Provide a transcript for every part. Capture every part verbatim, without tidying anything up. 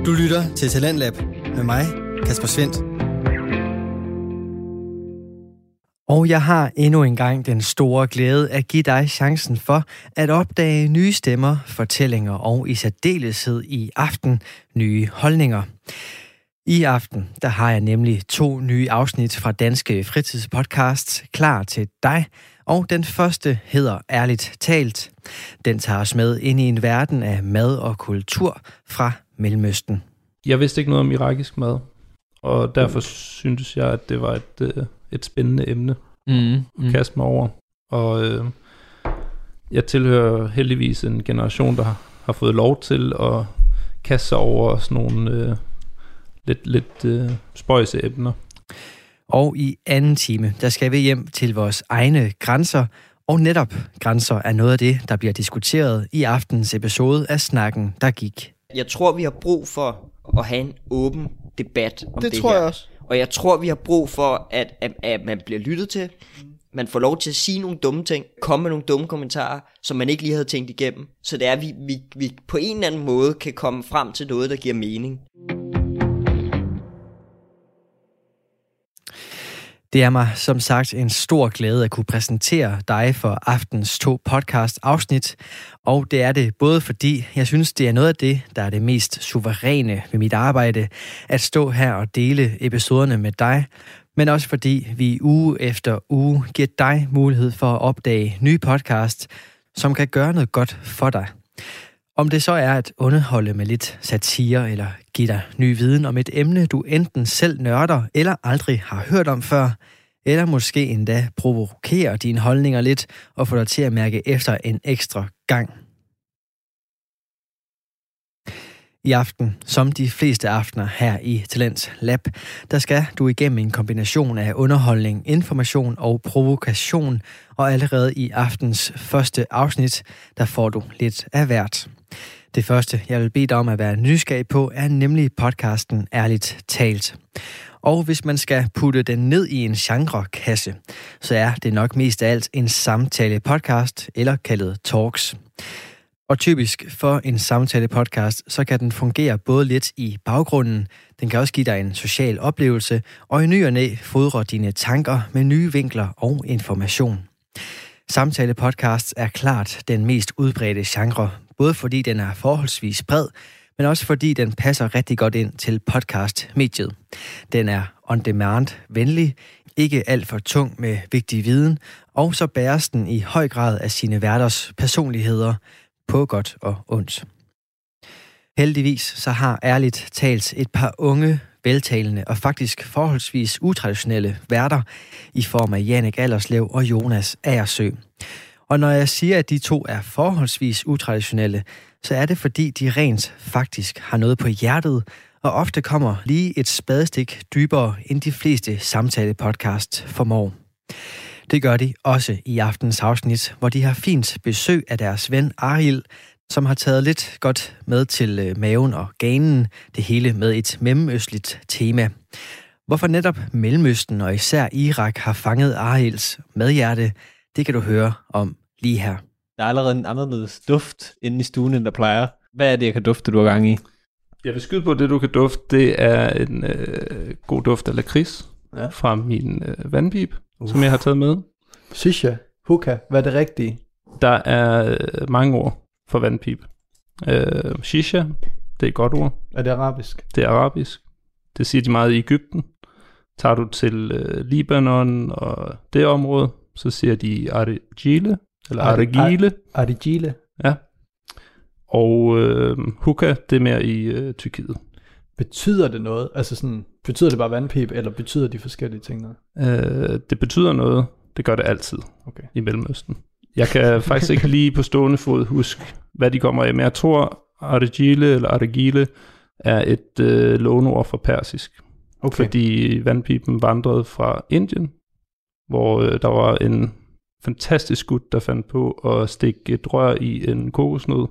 Du lytter til Talentlab med mig, Kasper Svendt. Og jeg har endnu en gang den store glæde at give dig chancen for at opdage nye stemmer, fortællinger og i særdeleshed i aften nye holdninger. I aften der har jeg nemlig to nye afsnit fra Danske Fritidspodcasts klar til dig, og den første hedder Ærligt Talt. Den tager os med ind i en verden af mad og kultur fra Mellemøsten. Jeg vidste ikke noget om irakisk mad, og derfor syntes jeg, at det var et, et spændende emne mm, at kaste mig over. Og øh, jeg tilhører heldigvis en generation, der har, har fået lov til at kaste sig over sådan nogle øh, lidt, lidt øh, spøjse emner. Og i anden time, der skal vi hjem til vores egne grænser, og netop grænser er noget af det, der bliver diskuteret i aftens episode af Snakken, der gik. Jeg tror, vi har brug for at have en åben debat om det, det tror her. Jeg også. Og jeg tror, vi har brug for, at, at, at man bliver lyttet til. Man får lov til at sige nogle dumme ting, komme med nogle dumme kommentarer, som man ikke lige havde tænkt igennem. Så det er, at vi, vi, vi på en eller anden måde kan komme frem til noget, der giver mening. Det er mig som sagt en stor glæde at kunne præsentere dig for aftens to podcast-afsnit. Og det er det både fordi, jeg synes, det er noget af det, der er det mest suveræne ved mit arbejde, at stå her og dele episoderne med dig, men også fordi vi uge efter uge giver dig mulighed for at opdage nye podcasts, som kan gøre noget godt for dig. Om det så er at underholde med lidt satire eller give dig ny viden om et emne, du enten selv nørder eller aldrig har hørt om før, eller måske endda provokere dine holdninger lidt og få dig til at mærke efter en ekstra gang. I aften, som de fleste aftener her i Talents Lab, der skal du igennem en kombination af underholdning, information og provokation, og allerede i aftens første afsnit, der får du lidt af hvert. Det første, jeg vil bede dig om at være nysgerrig på, er nemlig podcasten Ærligt Talt. Og hvis man skal putte den ned i en genrekasse, så er det nok mest af alt en samtale-podcast, eller kaldet talks. Og typisk for en samtale-podcast, så kan den fungere både lidt i baggrunden, den kan også give dig en social oplevelse, og i ny og næ fodre dine tanker med nye vinkler og information. Samtale-podcasts er klart den mest udbredte genre, både fordi den er forholdsvis bred, men også fordi den passer rigtig godt ind til podcast-mediet. Den er on-demand-venlig, ikke alt for tung med vigtig viden, og så bæres den i høj grad af sine værters personligheder, på godt og ondt. Heldigvis så har Ærligt Talt et par unge, veltalende og faktisk forholdsvis utraditionelle værter i form af Jannik Allerslev og Jonas Agersø. Og når jeg siger, at de to er forholdsvis utraditionelle, så er det fordi, de rent faktisk har noget på hjertet, og ofte kommer lige et spadestik dybere, end de fleste samtale-podcast formår. Det gør de også i aftens afsnit, hvor de har fint besøg af deres ven Arild, som har taget lidt godt med til maven og ganen, det hele med et mellemøstligt tema. Hvorfor netop Mellemøsten og især Irak har fanget Arilds medhjerte, det kan du høre om lige her. Der er allerede en anderledes duft inde i stuen, end der plejer. Hvad er det, jeg kan dufte, du har gang i? Jeg vil skyde på, at det, du kan dufte, det er en øh, god duft af lakrids ja. fra min øh, vandpip, uh. som jeg har taget med. Shisha, hookah, hvad er det rigtige? Der er øh, mange ord for vandpip. Øh, shisha, det er et godt ord. Er det arabisk? Det er arabisk. Det siger de meget i Egypten. Tager du til øh, Libanon og det område, så siger de arigile, eller arigile. Arigile. Ja. Og øh, hookah, det er mere i øh, Tyrkiet. Betyder det noget? Altså sådan, betyder det bare vandpip, eller betyder de forskellige ting noget? Øh, det betyder noget. Det gør det altid okay. i Mellemøsten. Jeg kan faktisk ikke lige på stående fod huske, hvad de kommer af, men jeg tror, arigile eller arigile er et øh, låneord for persisk. Okay. Fordi vandpipen vandrede fra Indien, hvor øh, der var en fantastisk gut, der fandt på at stikke et rør i en kokosnød,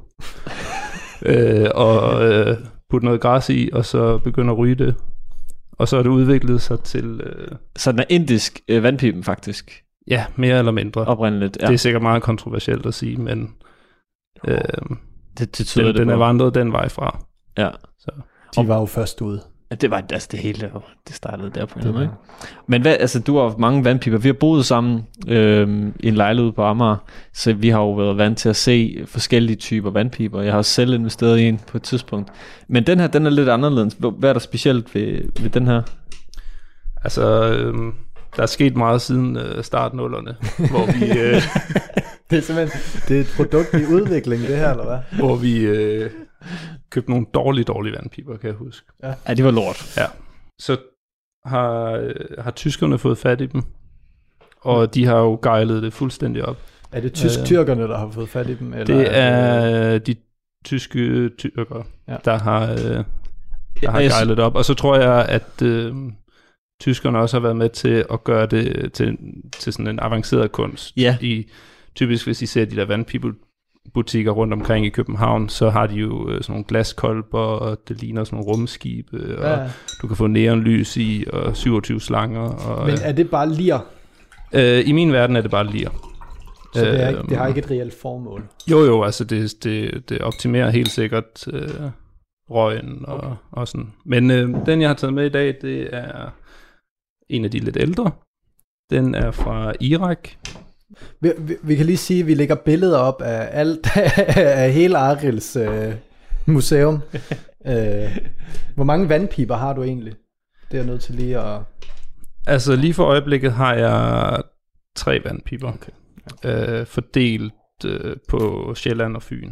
øh, og øh, putte noget græs i, og så begynde at ryge det. Og så er det udviklet sig til... Øh, så den er indisk øh, vandpipen faktisk? Ja, mere eller mindre. Oprindeligt, ja. Det er sikkert meget kontroversielt at sige, men øh, det, det tyder den, det den er vandret den vej fra. Ja. Så. De var jo først ude. Det var altså det hele, det startede der på en måde. Men hvad, altså du har mange vandpiber. Vi har boet sammen øh, i en lejlighed på Amager, så vi har jo været vant til at se forskellige typer vandpiber. Jeg har også selv investeret i en på et tidspunkt. Men den her, den er lidt anderledes. Hvad er der specielt ved, ved den her? Altså, øh, der er sket meget siden øh, startnullerne, hvor vi... Øh, det er simpelthen det er et produkt i udvikling, det her, eller hvad? Hvor vi øh, købte nogle dårlige, dårlige vandpiber, kan jeg huske. Ja, ja det var lort. Ja. Så har, øh, har tyskerne fået fat i dem, og de har jo gejlet det fuldstændig op. Er det tysk-tyrkerne, der har fået fat i dem? Eller det er det... de tyske tyrkere, ja. der har, øh, der har gejlet det op. Og så tror jeg, at... Øh, tyskerne også har været med til at gøre det til, til sådan en avanceret kunst. Ja. I, typisk hvis I ser de der vandpibebutikker rundt omkring i København, så har de jo sådan nogle glaskolber, og det ligner sådan nogle rumskibe, og ja. Du kan få neonlys i, og syvogtyve slanger. Og, men er det bare lir? Øh, I min verden er det bare lir. Så det, er ikke, det har ikke et reelt formål? Jo jo, altså det, det, det optimerer helt sikkert øh, røgen og, okay. og sådan. Men øh, den jeg har taget med i dag, det er en af de lidt ældre. Den er fra Irak. Vi, vi, vi kan lige sige, at vi lægger billeder op af alt af hele Arils øh, museum. øh, hvor mange vandpiber har du egentlig? Det er jeg nødt til lige at... Altså lige for øjeblikket har jeg tre vandpiber. Okay. Okay. Øh, fordelt øh, på Sjælland og Fyn.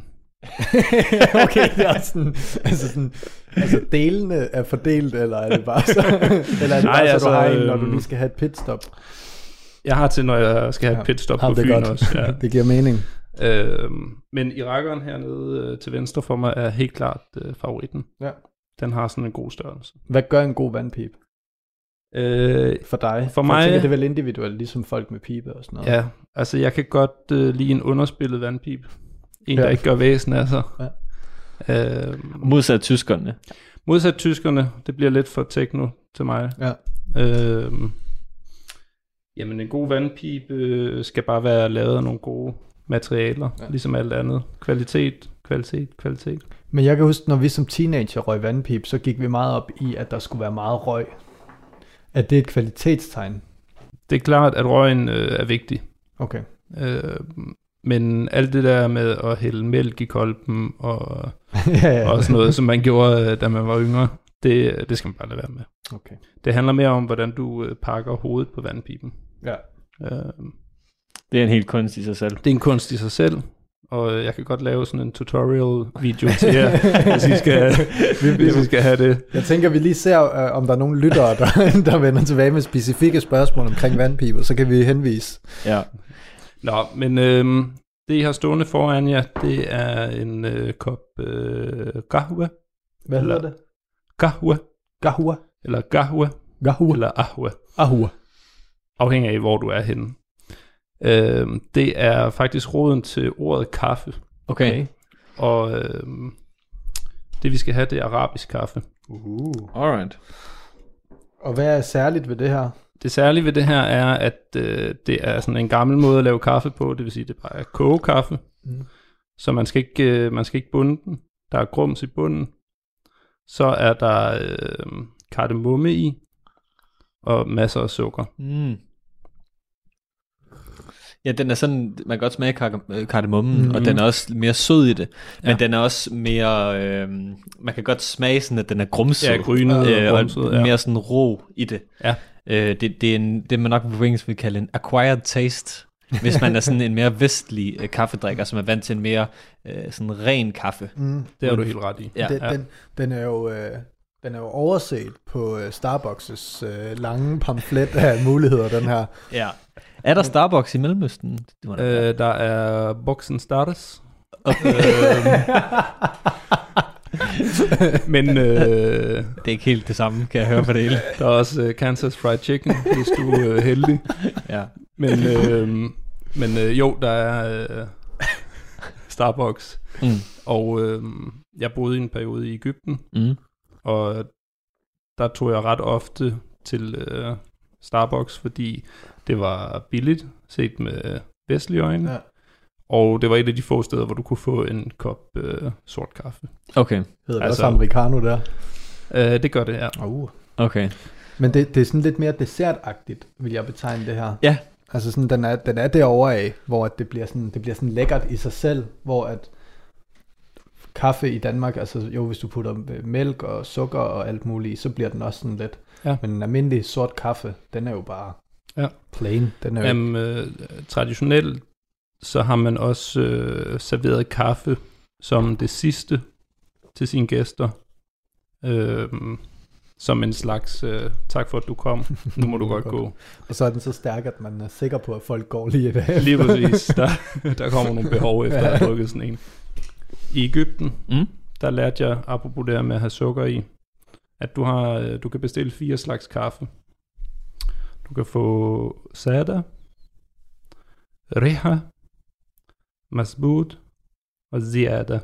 Okay, det er sådan, altså sådan, altså delene er fordelt, eller er det bare så, eller er det Nej, bare så, altså, du har en, når øhm, du lige skal have et pitstop? Jeg har til, når jeg skal have ja. et pitstop på Fyn godt. Også. Ja. Det giver mening. Øhm, men irakeren hernede øh, til venstre for mig er helt klart øh, favoritten. Ja. Den har sådan en god størrelse. Hvad gør en god vandpip? Øh, for dig? For, for mig... Jeg tænker, det er vel individuelt, ligesom folk med pibe og sådan noget. Ja, altså jeg kan godt øh, lide en underspillet vandpip. En, der ja. ikke gør væsen af sig. Ja. Øhm, modsat tyskerne. Modsat tyskerne, det bliver lidt for techno til mig. Ja. Øhm, jamen en god vandpipe skal bare være lavet af nogle gode materialer, ja. Ligesom alt andet. Kvalitet, kvalitet, kvalitet. Men jeg kan huske, når vi som teenager røg vandpip, så gik vi meget op i, at der skulle være meget røg. Er det et kvalitetstegn? Det er klart, at røgen øh, er vigtig. Okay. Øh, Men alt det der med at hælde mælk i kolben og, ja, ja. og sådan noget, som man gjorde, da man var yngre, det, det skal man bare lade være med. Okay. Det handler mere om, hvordan du pakker hovedet på vandpipen. Ja. Øh, det er en helt kunst i sig selv. Det er en kunst i sig selv, og jeg kan godt lave sådan en tutorial-video til jer, hvis I skal, hvis I skal have det. Jeg tænker, vi lige ser, uh, om der er nogle lyttere, der, der vender tilbage med specifikke spørgsmål omkring vandpiber, så kan vi henvise. Ja. Nå, men øh, det I har stående foran jer, det er en øh, kop øh, gahua. Hvad hedder det? Gahua. Gahua. Eller gahua. Gahua. Eller ahua. Ahua. Afhænger af, hvor du er henne. Øh, det er faktisk roden til ordet kaffe. Okay. Og øh, det vi skal have, det er arabisk kaffe. Uh. Alright. Og hvad er særligt ved det her? Det særlige ved det her er, at øh, det er sådan en gammel måde at lave kaffe på. Det vil sige, at det bare er kogekaffe. Mm. Så man skal ikke, øh, man skal ikke bunde den. Der er grums i bunden. Så er der øh, kardemomme i. Og masser af sukker. Mm. Ja, den er sådan, man kan godt smage kar- kardemommen, mm-hmm. og den er også mere sød i det. Men ja. Den er også mere, øh, man kan godt smage sådan, at den er grumset. Ja, grynet øh, og grumset, og ja. mere sådan rå i det. Ja. Øh, det, det er en, det man nok på engelsk vil kalde en acquired taste, hvis man er sådan en mere vestlig øh, kaffedrikker, som er vant til en mere øh, sådan ren kaffe. Mm. Det har du helt ret i. Ja. Den, den, den er jo... Øh Den er jo overset på uh, Starbucks' uh, lange pamflet af muligheder, den her. Ja. Er der Starbucks i Mellemøsten? Øh, der er Boxen Starters. Okay. Men øh, det er ikke helt det samme, kan jeg høre på det hele. Der er også uh, Kansas Fried Chicken, hvis du er uh, heldig. Ja. Men, øh, men øh, jo, der er øh, Starbucks. Mm. Og øh, jeg boede i en periode i Egypten. Mm. Og der tog jeg ret ofte til øh, Starbucks, fordi det var billigt, set med vestlige øjne. Ja. Og det var et af de få steder, hvor du kunne få en kop øh, sort kaffe. Okay. Hedder det altså, også americano der? Øh, det gør det, ja. Uh. Okay. Men det, det er sådan lidt mere dessertagtigt, vil jeg betegne det her. Ja. Altså sådan, den er, den er derovre af, hvor at det, bliver sådan, det bliver sådan lækkert i sig selv, hvor at kaffe i Danmark, altså jo, hvis du putter mælk og sukker og alt muligt, så bliver den også sådan lidt. Ja. Men en almindelig sort kaffe, den er jo bare ja. plain. Den er jo Jamen, øh, traditionelt, så har man også øh, serveret kaffe som det sidste til sine gæster. Øh, som en slags, øh, tak for at du kom, nu må du godt gå. Og så er den så stærk, at man er sikker på, at folk går lige i det. Lige præcis, der, der kommer nogle behov efter at have drukket sådan en. I Egypten, mm. der lærte jeg, apropos det med at have sukker i, at du, har, du kan bestille fire slags kaffe. Du kan få sada, riha, masbud og ziada.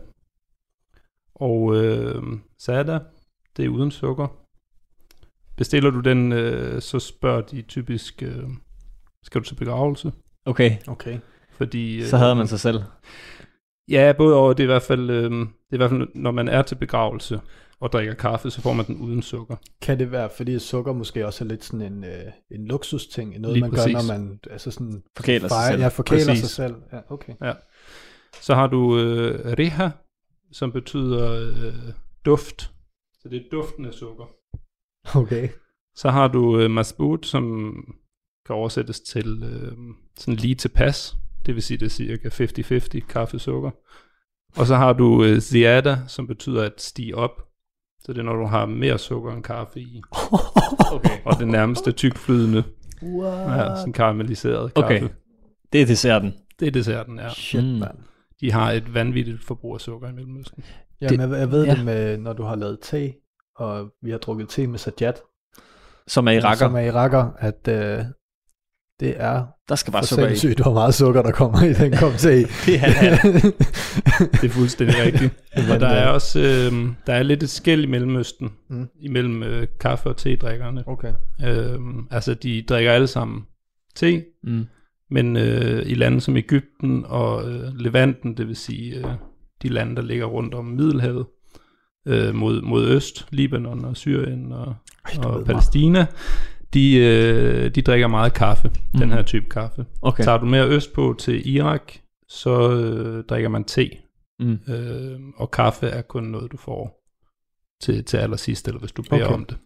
Og øh, sada, det er uden sukker. Bestiller du den, øh, så spørger de typisk, øh, skal du til begravelse? Okay. Okay. Fordi, øh, så havde man sig selv. Ja, både over, det er i hvert fald, øh, det er i hvert fald, når man er til begravelse og drikker kaffe, så får man den uden sukker. Kan det være, fordi sukker måske også er lidt sådan en, øh, en luksusting, noget Lige man præcis. gør, når man altså sådan Forkæler sig fejrer, selv. ja, forkæler Præcis. sig selv. Ja, okay. Ja. Så har du øh, riha, som betyder øh, duft. Så det er duften af sukker. Okay. Så har du øh, masbud, som kan oversættes til øh, sådan lige tilpas. Det vil sige, det er cirka halvtreds halvtreds kaffe-sukker. Og så har du øh, ziada, som betyder at stige op. Så det er, når du har mere sukker end kaffe i. Okay. Og det nærmeste tykflydende, What? ja, sådan karamelliseret kaffe. Okay. Det er desserten. Det er desserten, ja. Shit, Mm. mand. De har et vanvittigt forbrug af sukker i Mellemøsten. Jamen, Det- jeg, jeg ved ja. det med, når du har lavet te, og vi har drukket te med sajat, Som er iraker. som er iraker, at øh, det er Der skal bare for sukker i. sindssygt, hvor meget sukker, der kommer i den kop te. Det er Det er fuldstændig rigtigt. Og der er også øh, der er lidt et skel i Mellemøsten, Mm. mm. imellem øh, kaffe- og te-drikkerne. Okay. Øh, altså, de drikker alle sammen te, mm. men øh, i lande som Egypten og øh, Levanten, det vil sige øh, de lande, der ligger rundt om Middelhavet, øh, mod, mod øst, Libanon og Syrien og, Ej, du og ved Palæstina, de, øh, de drikker meget kaffe, mm. den her type kaffe. Okay. Tager du mere østpå til Irak, så øh, drikker man te, Mm. øh, og kaffe er kun noget, du får til, til allersidst, eller hvis du beder Okay. om det.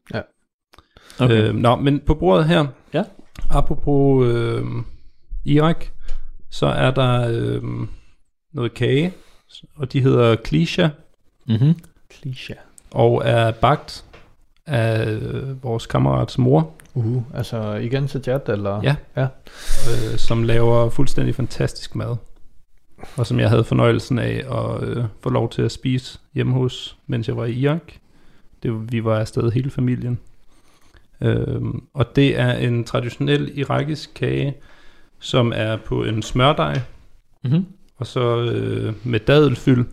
Okay. Øh, nå, men på bordet her, Ja. apropos øh, Irak, så er der øh, noget kage, og de hedder klisha, Mm-hmm. Kliché. og er bagt af øh, vores kammerats mor, Uh, altså igen sajat, eller? Ja. Ja. øh, som laver fuldstændig fantastisk mad, og som jeg havde fornøjelsen af at øh, få lov til at spise hjemme hos, mens jeg var i Irak. Det, vi var afsted hele familien. Øhm, og det er en traditionel irakisk kage, som er på en smørdej, Mm-hmm. og så øh, med dadelfyld,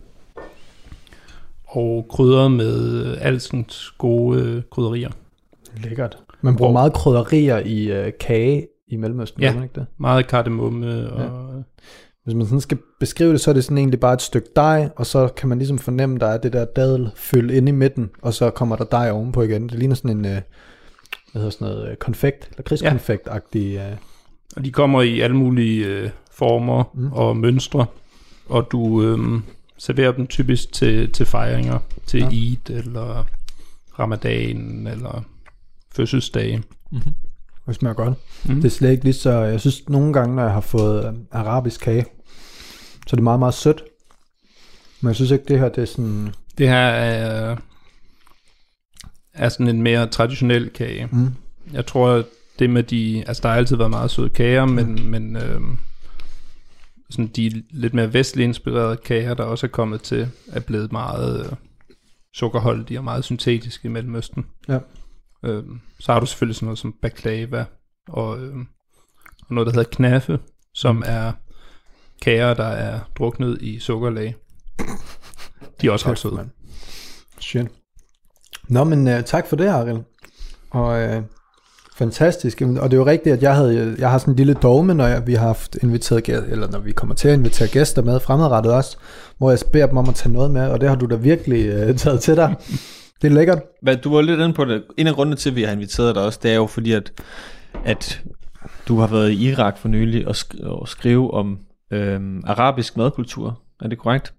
og krydret med øh, alskens gode øh, krydderier. Lækkert. Man bruger Og- meget krydderier i øh, kage i Mellemøsten, Ja. gør man ikke det? Meget kardemomme og... Ja. Hvis man sådan skal beskrive det, så er det sådan egentlig bare et stykke dej, og så kan man ligesom fornemme, der er det der dadelfyld inde i midten, og så kommer der dej ovenpå igen. Det ligner sådan en, øh, hvad hedder sådan noget, øh, konfekt, eller krigskonfekt-agtig. Øh. Og de kommer i alle mulige øh, former Mm. mm. og mønstre, og du øh, serverer dem typisk til, til fejringer, til Ja. ja. Eid, eller Ramadan, eller fødselsdage. Mm-hmm. Det smager godt. Mm. Det er slet ikke lige så, jeg synes nogle gange, når jeg har fået øh, arabisk kage, så er det meget, meget sødt. Men jeg synes ikke, det her, det er sådan, Det her er, er sådan en mere traditionel kage. mm, Jeg tror, det med de... Altså, der har altid været meget søde kager, men, Mm. men øh, sådan de lidt mere vestligt inspirerede kager, der også er kommet til, er blevet meget øh, sukkerholdige og meget syntetiske i Mellemøsten. Ja. Øh, så har du selvfølgelig sådan noget som baklava og, øh, og noget, der hedder knafe, som er kager, der er druknet i sukkerlag. De er også ret søde. mand. Shit. Nå, men uh, tak for det, Arild. Og uh, fantastisk. Og det er jo rigtigt, at jeg havde, jeg har sådan en lille dogme, når jeg, vi har haft inviteret gæster, eller når vi kommer til at invitere gæster med fremadrettet også, hvor jeg beder dem om at tage noget med, og det har du da virkelig uh, taget til dig. Det er lækkert. Hvad, du var lidt inde på det. En af grundene til, at vi har inviteret dig også, det er jo fordi, at, at du har været i Irak for nylig og, sk- og skrive om øhm, arabisk madkultur. Er det korrekt?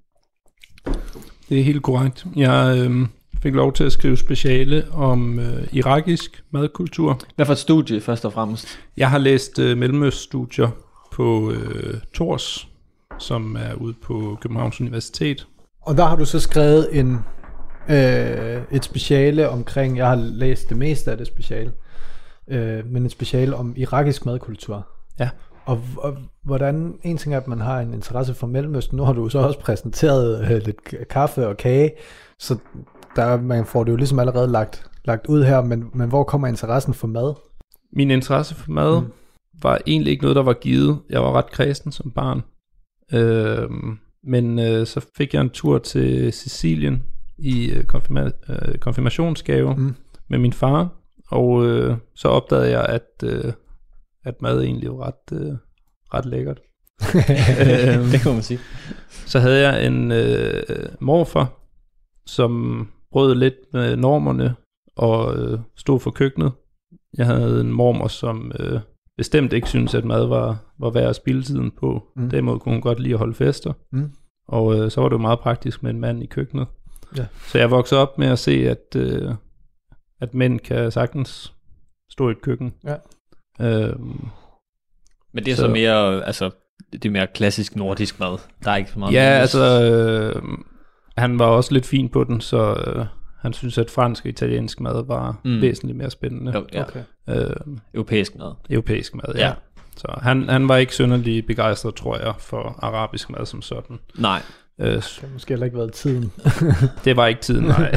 Det er helt korrekt. Jeg øh, fik lov til at skrive speciale om øh, irakisk madkultur. Hvad for et studie, først og fremmest? Jeg har læst øh, mellemøststudier på øh, Tors, som er ude på Københavns Universitet. Og der har du så skrevet en, øh, et speciale omkring, jeg har læst det meste af det speciale, øh, men et speciale om irakisk madkultur. Ja. Og, og hvordan, en ting er, at man har en interesse for Mellemøsten, nu har du så også præsenteret øh, lidt kaffe og kage, så der, man får det jo ligesom allerede lagt, lagt ud her, men, men hvor kommer interessen for mad? Min interesse for mad mm. var egentlig ikke noget, der var givet. Jeg var ret kræsen som barn. Øh, men øh, så fik jeg en tur til Sicilien i øh, konfirma- øh, konfirmationsgave mm. med min far, og øh, så opdagede jeg, at, øh, at mad egentlig var ret, øh, ret lækkert. øh, det kan man sige. Så havde jeg en øh, morfar, som brød lidt med normerne og øh, stod for køkkenet. Jeg havde en mormor, som øh, bestemt ikke syntes, at mad var, var værd at spilde tiden på. Mm. Derimod kunne hun godt lide at holde fester. Mm. Og øh, så var det jo meget praktisk med en mand i køkkenet. Ja. Så jeg voksede op med at se, at, øh, at mænd kan sagtens stå i et køkken. Ja. Øhm, Men det er så, så mere, altså, det er mere klassisk nordisk mad. Der er ikke så meget. Ja, altså, øh, han var også lidt fin på den, så øh, han synes, at fransk og italiensk mad var mm. væsentligt mere spændende. Jo, ja. Okay. Øh, europæisk mad. Europæisk mad, ja. ja. Så han, han var ikke synderlig begejstret, tror jeg, for arabisk mad som sådan. Nej. Øh, det har måske heller ikke været tiden. Det var ikke tiden, nej.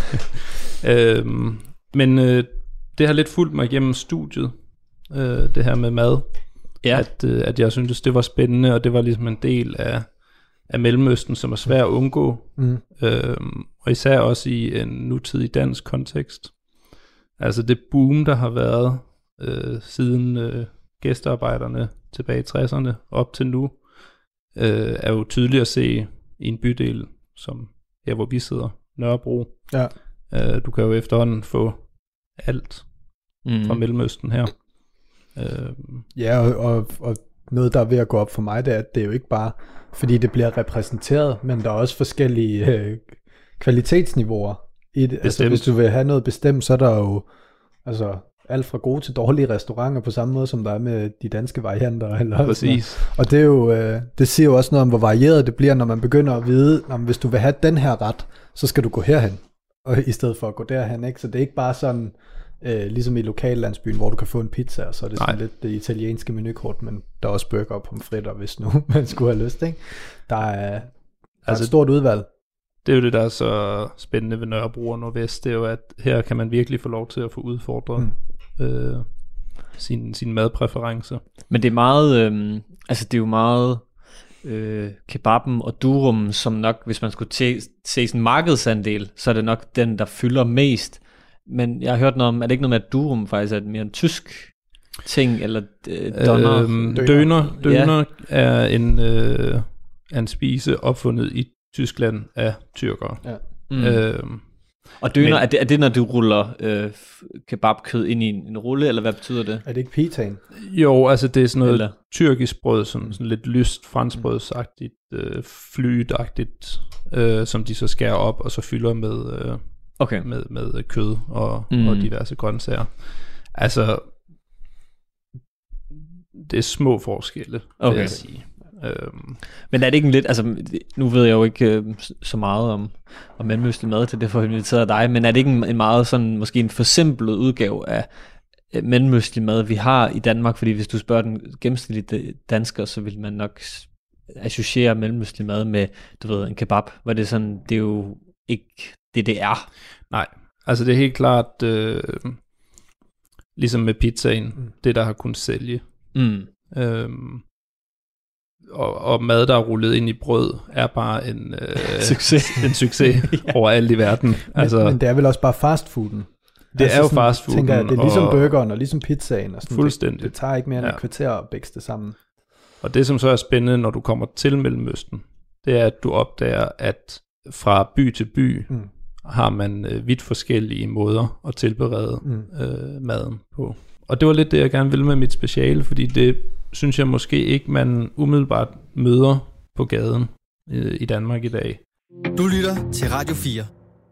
øh, men øh, det har lidt fulgt mig igennem studiet, øh, det her med mad. Ja. At, øh, at jeg syntes, det var spændende, og det var ligesom en del af, af Mellemøsten, som er svær at undgå. Mm. Øh, og især også i en nutidig dansk kontekst. Altså det boom, der har været øh, siden øh, gæstearbejderne tilbage i tresserne op til nu, øh, er jo tydeligt at se i en bydel, som her hvor vi sidder, Nørrebro. Ja. Øh, du kan jo efterhånden få alt mm. fra Mellemøsten her. Øh. Ja, og, og, og noget, der er ved at gå op for mig, det er, at det er jo ikke bare, fordi det bliver repræsenteret, men der er også forskellige øh, kvalitetsniveauer i det. Altså, hvis du vil have noget bestemt, så er der jo altså alt fra gode til dårlige restauranter, på samme måde som der er med de danske varianter. Eller Præcis. Og det er jo, øh, det siger jo også noget om, hvor varieret det bliver, når man begynder at vide, at hvis du vil have den her ret, så skal du gå herhen, og i stedet for at gå derhen, ikke? Så det er ikke bare sådan, øh, ligesom i lokallandsbyen, hvor du kan få en pizza, og så er det sådan Nej. lidt det italienske menukort, men der er også burger og pomfritter, hvis nu man skulle have lyst, ikke? Der er, der altså, er et stort udvalg. Det er jo det, der er så spændende ved Nørrebro og Nordvest, det er jo, at her kan man virkelig få lov til at få udfordret mm. øh, sine sin madpræferencer. Men det er meget, øh, altså det er jo meget øh, kebaben og durum, som nok, hvis man skulle t- se sådan en markedsandel, så er det nok den, der fylder mest. Men jeg har hørt noget om, er det ikke noget med, at durum faktisk er mere en tysk ting, eller øh, doner? Øhm, døner døner ja. er en, øh, en spise opfundet i Tyskland af tyrkere. Ja. Mm. Øhm, og døner, men, er, det, er det når du ruller øh, kebabkød ind i en, en rulle, eller hvad betyder det? Er det ikke pitaen? Jo, altså det er sådan noget eller? tyrkisk brød, sådan, sådan lidt lyst franskbrødsagtigt, øh, flytagtigt, øh, som de så skærer op, og så fylder med, øh, okay. med, med kød og, mm. og diverse grøntsager. Altså, det er små forskelle, okay. vil jeg sige. Øhm. Men er det ikke en lidt, altså nu ved jeg jo ikke øh, så meget om, om mellemøstlig mad til det for at invitere dig, men er det ikke en, en meget sådan, måske en forsimplet udgave af øh, mellemøstlig mad, vi har i Danmark, fordi hvis du spørger den gennemsnitlige dansker, så vil man nok associere mellemøstlig mad med, du ved, en kebab, hvor det er sådan, det er jo ikke det, det er. Nej, altså det er helt klart, øh, ligesom med pizzaen, mm. det der har kunnet sælge. Mm. Øhm, Og, og mad, der er rullet ind i brød, er bare en, øh, succes. en succes ja. overalt i verden. Altså, men, men det er vel også bare fastfooden? Det altså er jo fastfooden. Tænker jeg, det er ligesom og, burgeren og ligesom pizzaen. Og sådan. Fuldstændig. Det, det tager ikke mere end ja. et kvarter at bækste det sammen. Og det, som så er spændende, når du kommer til Mellemøsten, det er, at du opdager, at fra by til by, mm. har man øh, vidt forskellige måder at tilberede mm. øh, maden på. Og det var lidt det, jeg gerne ville med mit speciale, fordi det synes jeg måske ikke, man umiddelbart møder på gaden øh, i Danmark i dag. Du lytter til Radio fire.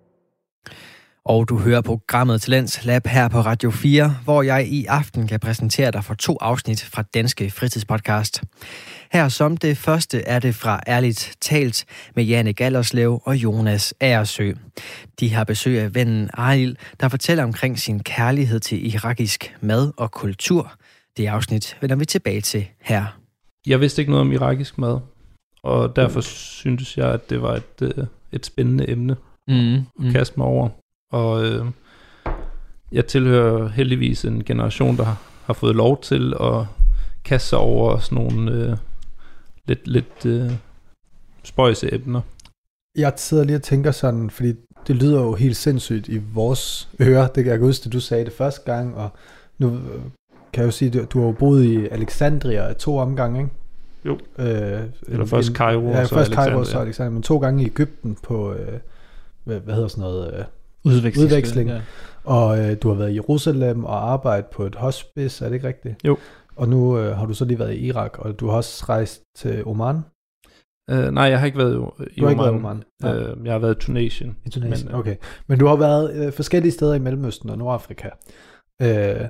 Og du hører programmet Talents Lab her på Radio fire, hvor jeg i aften kan præsentere dig for to afsnit fra Danske Fritidspodcast. Her som det første er det fra Ærligt Talt med Janne Gallerslev og Jonas Agersø. De har besøg af vennen Aril, der fortæller omkring sin kærlighed til irakisk mad og kultur. Det afsnit vender vi tilbage til her. Jeg vidste ikke noget om irakisk mad, og derfor syntes jeg, at det var et, et spændende emne mm, at mm. kaste mig over. Og øh, jeg tilhører heldigvis en generation, der har, har fået lov til at kaste sig over sådan nogle øh, lidt, lidt øh, spøjse emner. Jeg sidder lige og tænker sådan, fordi det lyder jo helt sindssygt i vores ører. Det kan jeg huske, at du sagde det første gang, og nu kan jeg jo sige, at du har jo boet i Alexandria to omgange, ikke? Jo. Øh, Eller først Cairo, ja, så først Alexandria. Cairo, så Alexandria, men to gange i Egypten på, øh, hvad, hvad hedder sådan noget... Øh, Udveksling. Udveksling. Ja. Og øh, du har været i Jerusalem og arbejdet på et hospice, er det ikke rigtigt? Jo. Og nu øh, har du så lige været i Irak, og du har også rejst til Oman? Uh, nej, jeg har ikke været i, i du har Oman. Ikke været i Oman. Ja. Uh, jeg har været i Tunesien. I Tunesien, men, uh, okay. Men du har været øh, forskellige steder i Mellemøsten og Nordafrika. Øh,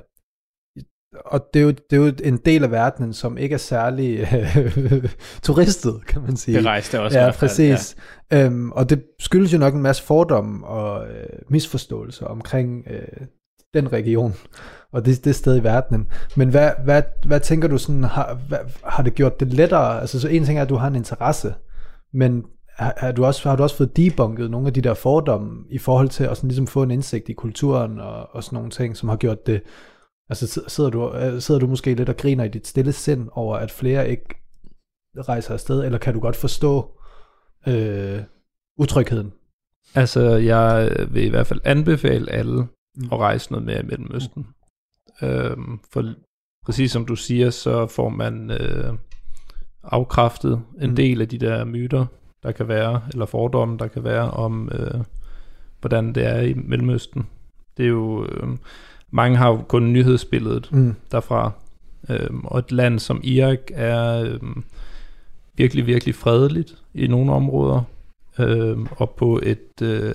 og det er, jo, det er jo en del af verdenen, som ikke er særlig øh, turistet, kan man sige. Det rejste også. Ja, præcis. Ja. Øhm, og det skyldes jo nok en masse fordomme og øh, misforståelser omkring øh, den region og det, det sted i verdenen. Men hvad, hvad, hvad tænker du sådan, har, hvad, har det gjort det lettere? Altså så en ting er, at du har en interesse, men har, har, du, også, har du også fået debunket nogle af de der fordomme i forhold til at sådan ligesom få en indsigt i kulturen og, og sådan nogle ting, som har gjort det. Altså sidder du, sidder du måske lidt og griner i dit stille sind over, at flere ikke rejser afsted, eller kan du godt forstå øh, utrygheden? Altså, jeg vil i hvert fald anbefale alle mm. at rejse noget mere i Mellemøsten. Mm. Øhm, for præcis som du siger, så får man øh, afkræftet en mm. del af de der myter, der kan være, eller fordomme, der kan være om, øh, hvordan det er i Mellemøsten. Det er jo... Øh, mange har jo kun nyhedsbilledet mm. derfra. Øhm, og et land som Irak er øhm, virkelig, virkelig fredeligt i nogle områder. Øhm, og på et, øh,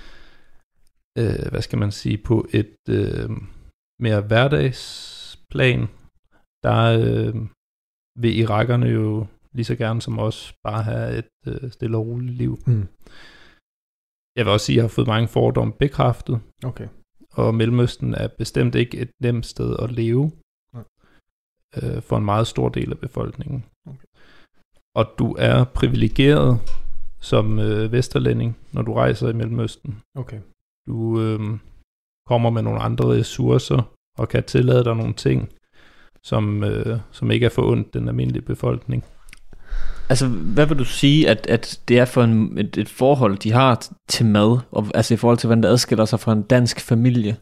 øh, hvad skal man sige, på et øh, mere hverdagsplan, der øh, vil irakerne jo lige så gerne som os bare have et øh, stille og roligt liv. Mm. Jeg vil også sige, at jeg har fået mange fordomme bekræftet. Okay. Og Mellemøsten er bestemt ikke et nemt sted at leve ja. øh, for en meget stor del af befolkningen. Okay. Og du er privilegeret som øh, vesterlænding, når du rejser i Mellemøsten. Okay. Du øh, kommer med nogle andre ressourcer og kan tillade dig nogle ting, som, øh, som ikke er forundt den almindelige befolkning. Altså, hvad vil du sige, at, at det er for en, et, et forhold, de har t- til mad, og, altså i forhold til, hvordan det adskiller sig fra en dansk familie?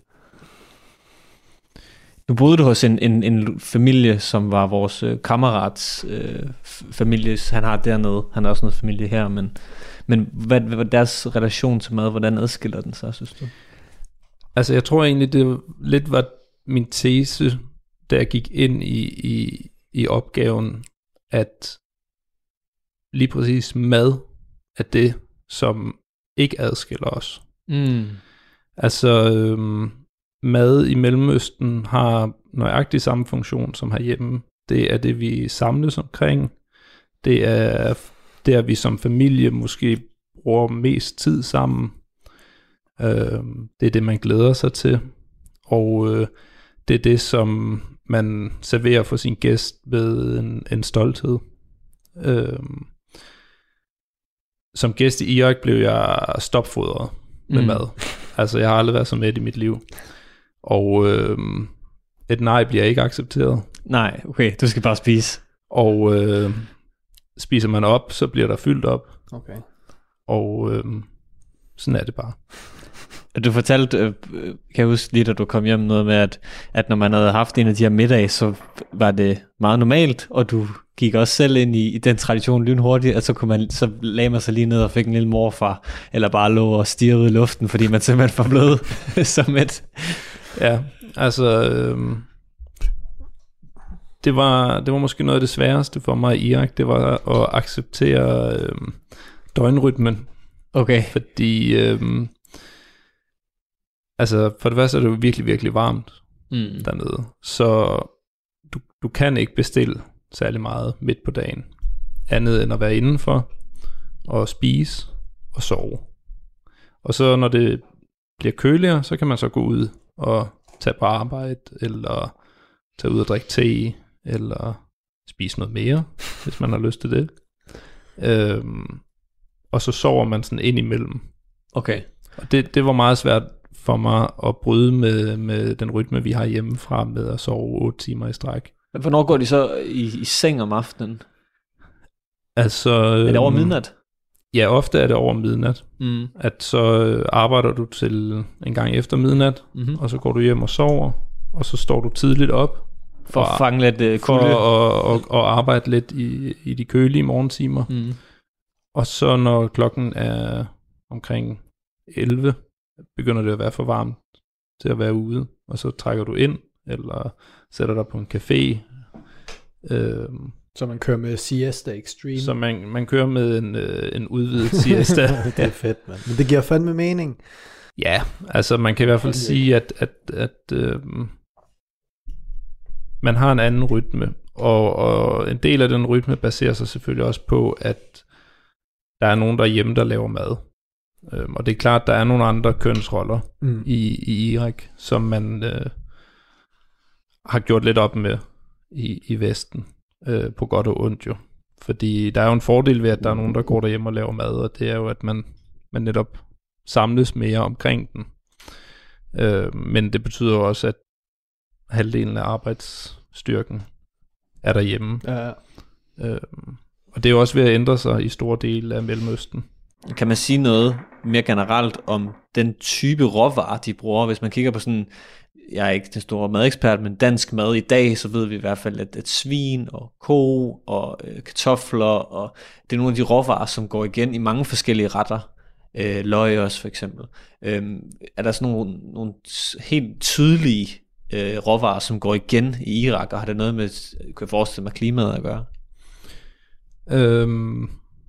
Nu boede du hos en, en, en familie, som var vores øh, kammerats øh, familie. Han har dernede, han har også noget familie her, men, men hvad, hvad er deres relation til mad, hvordan adskiller den sig, synes du? Altså, jeg tror egentlig, det lidt var min tese, da jeg gik ind i, i, i opgaven, at lige præcis mad er det, som ikke adskiller os. Mm. Altså, øhm, mad i Mellemøsten har nøjagtig samme funktion som herhjemme. Det er det, vi samles omkring. Det er der, vi som familie måske bruger mest tid sammen. Øhm, det er det, man glæder sig til. Og øh, det er det, som man serverer for sin gæst med en, en stolthed. Øhm, Som gæst i Irak blev jeg stopfodret med mm. mad. Altså, jeg har aldrig været så mæt i mit liv. Og øh, et nej bliver ikke accepteret. Nej, okay, du skal bare spise. Og øh, spiser man op, så bliver der fyldt op. Okay. Og øh, sådan er det bare. Du fortalte, øh, kan jeg huske lige, da du kom hjem, noget med, at, at når man havde haft en af de her middage, så var det meget normalt, og du gik også selv ind i, i den tradition lynhurtigt, og så, kunne man, så lagde man sig lige ned og fik en lille morfar, eller bare lå og stirrede ud i luften, fordi man simpelthen var blevet så mæt. Ja, altså... Øh, det, var, det var måske noget af det sværeste for mig i Irak, det var at acceptere øh, døgnrytmen. Okay. Fordi... Øh, Altså, for det første er det jo virkelig, virkelig varmt mm. dernede. Så du, du kan ikke bestille særlig meget midt på dagen. Andet end at være indenfor og spise og sove. Og så når det bliver køligere, så kan man så gå ud og tage på arbejde, eller tage ud og drikke te, eller spise noget mere, hvis man har lyst til det. Øhm, og så sover man sådan ind imellem. Okay. Og det, det var meget svært for mig at bryde med, med den rytme, vi har hjemmefra med at sove otte timer i stræk. Hvornår går de så i, i seng om aftenen? Altså, er det over midnat? Ja, ofte er det over midnat. Mm. At så arbejder du til en gang efter midnat, mm-hmm. og så går du hjem og sover, og så står du tidligt op. For at fange lidt uh, kulde. For at, at, at arbejde lidt i, i de kølige morgentimer. Mm. Og så når klokken er omkring elleve, begynder det at være for varmt til at være ude, og så trækker du ind, eller sætter dig på en café. Øhm, så man kører med siesta extreme. Så man, man kører med en, øh, en udvidet siesta. Det er fedt, mand. Men det giver fandme mening. Ja, altså man kan i hvert fald sige, at, at, at øhm, man har en anden rytme, og, og en del af den rytme baserer sig selvfølgelig også på, at der er nogen derhjemme, der laver mad. Øhm, og det er klart, at der er nogle andre kønsroller mm. i, i Irak, som man øh, har gjort lidt op med i, i Vesten, øh, på godt og ondt jo. Fordi der er jo en fordel ved, at der er nogen, der går derhjemme og laver mad, og det er jo, at man, man netop samles mere omkring den. Øh, men det betyder også, at halvdelen af arbejdsstyrken er derhjemme. Ja. Øh, og det er jo også ved at ændre sig i store dele af Mellemøsten. Kan man sige noget mere generelt om den type råvarer, de bruger? Hvis man kigger på sådan, jeg er ikke den store madekspert, men dansk mad i dag, så ved vi i hvert fald, at, at svin og ko og øh, kartofler, og det er nogle af de råvarer, som går igen i mange forskellige retter. Øh, løg også for eksempel. Øh, er der sådan nogle, nogle helt tydelige øh, råvarer, som går igen i Irak, og har det noget med, kan jeg forestille mig, klimaet at gøre? Øhm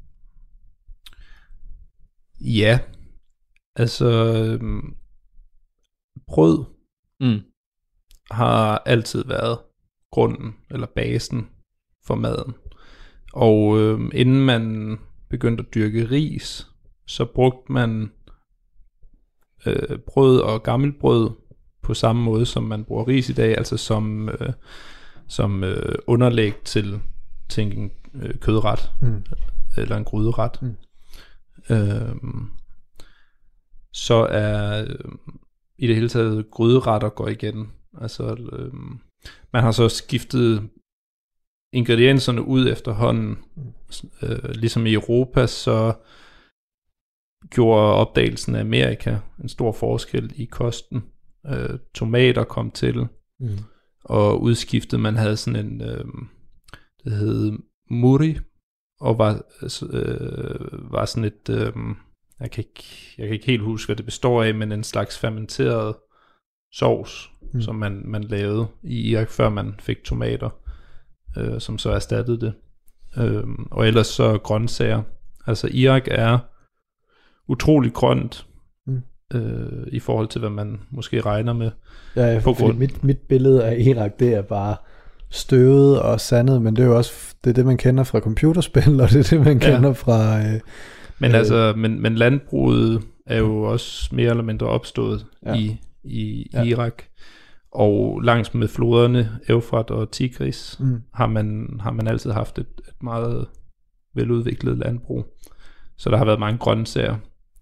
Ja, altså øhm, brød mm. har altid været grunden eller basen for maden. Og øhm, inden man begyndte at dyrke ris, så brugte man øh, brød og gammelt brød på samme måde, som man bruger ris i dag, altså som, øh, som øh, underlæg til, til en øh, kødret mm. eller en gryderet. Mm. Øhm, så er øh, i det hele taget gryderetter går igen. Altså øh, man har så skiftet ingredienserne ud efterhånden. Øh, ligesom i Europa, så gjorde opdagelsen af Amerika en stor forskel i kosten. Øh, tomater kom til, mm. og udskiftet man havde sådan en, øh, det hed muri, og var, øh, var sådan et, øh, jeg, kan ikke, jeg kan ikke helt huske, hvad det består af, men en slags fermenteret sovs, mm. som man, man lavede i Irak, før man fik tomater, øh, som så erstattede det. Øh, og ellers så grøntsager. Altså Irak er utrolig grønt, mm. øh, i forhold til, hvad man måske regner med. Ja, på grund. Mit, mit billede af Irak, det er bare støvet og sandet, men det er jo også det, er det man kender fra computerspil, og det er det, man ja. kender fra... Øh, men, øh, altså, men, men landbruget er jo også mere eller mindre opstået ja. i, i ja. Irak. Og langs med floderne, Eufrat og Tigris, mm. har, man, har man altid haft et, et meget veludviklet landbrug. Så der har været mange grøntsager.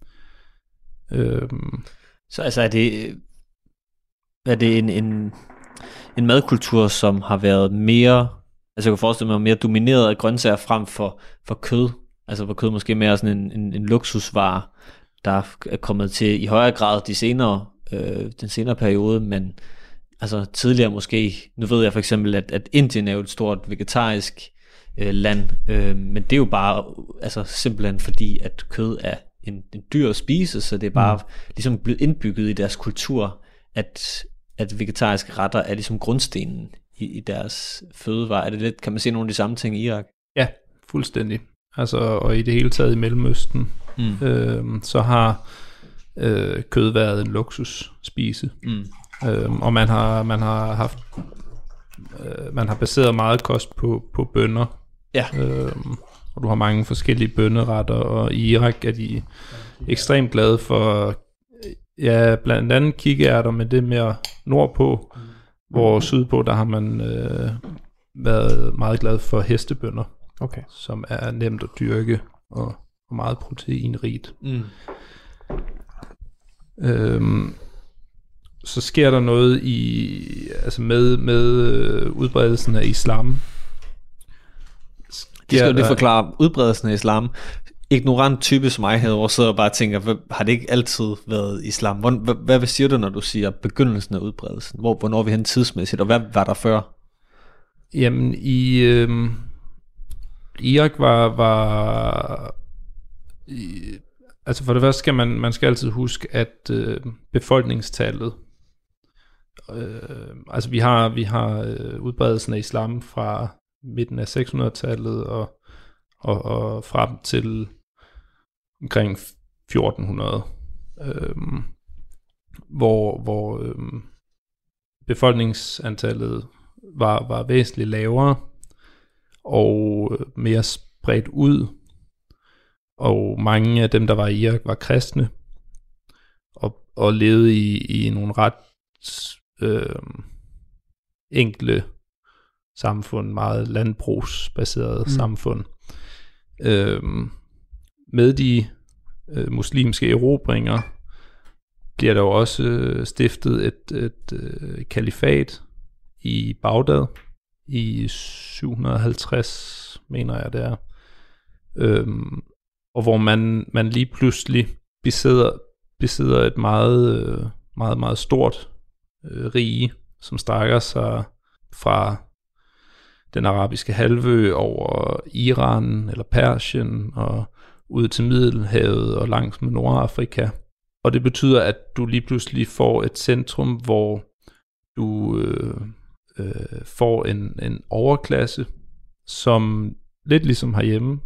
Øhm. Så altså er det, er det en, en, en madkultur, som har været mere, altså jeg kan forestille mig, mere domineret af grøntsager frem for, for kød? Altså hvor kød måske mere sådan en, en, en luksusvare, der er kommet til i højere grad de senere, øh, den senere periode, men altså tidligere måske, nu ved jeg for eksempel, at, at Indien er jo et stort vegetarisk øh, land, øh, men det er jo bare altså simpelthen fordi, at kød er en, en dyr at spise, så det er bare mm. ligesom blevet indbygget i deres kultur, at, at vegetariske retter er ligesom grundstenen i, i deres fødevarer. Er det lidt, kan man se nogle af de samme ting i Irak? Ja, fuldstændig. Altså, og i det hele taget i Mellemøsten, mm. øh, så har øh, kød været en luksusspise. Mm. Øh, og man har, man har haft, øh, man har baseret meget kost på, på bønner. Ja. Øh, og du har mange forskellige bønneretter, og i Irak er de ekstremt glade for, ja, blandt andet kikærter, men det mere nordpå, mm. hvor sydpå, der har man øh, været meget glad for hestebønner. Okay. Som er nemt at dyrke og, og meget proteinrigt. Mm. Øhm, så sker der noget i altså med med øh, udbredelsen af islam. Det skal jo lige forklare udbredelsen af islam. Ignorant type som mig herovre sidder og bare tænker, har det ikke altid været islam? Hvad, hvad, hvad siger du, når du siger begyndelsen af udbredelsen? Hvor, hvornår er vi hen tidsmæssigt, og hvad var der før? Jamen i øh, Irak var, var i, altså for det første skal man, man skal altid huske, at øh, befolkningstallet, øh, altså vi har, vi har øh, udbredelsen af islam fra midten af seks hundrede-tallet og, og, og frem til omkring fjorten hundrede, øh, hvor, hvor øh, befolkningsantallet var, var væsentligt lavere og mere spredt ud, og mange af dem, der var i Irak, var kristne, og, og levede i, i nogle ret øh, enkle samfund, meget landbrugsbaserede mm. samfund. Øh, med de øh, muslimske erobringer bliver der jo også øh, stiftet et, et øh, kalifat i Bagdad i syv hundrede og halvtreds, mener jeg det er, øhm, og hvor man, man lige pludselig besidder, besidder et meget, øh, meget, meget stort øh, rige, som strækker sig fra den arabiske halvø over Iran eller Persien og ud til Middelhavet og langs med Nordafrika. Og det betyder, at du lige pludselig får et centrum, hvor du øh, øh, får en, en overklasse, som lidt ligesom herhjemme,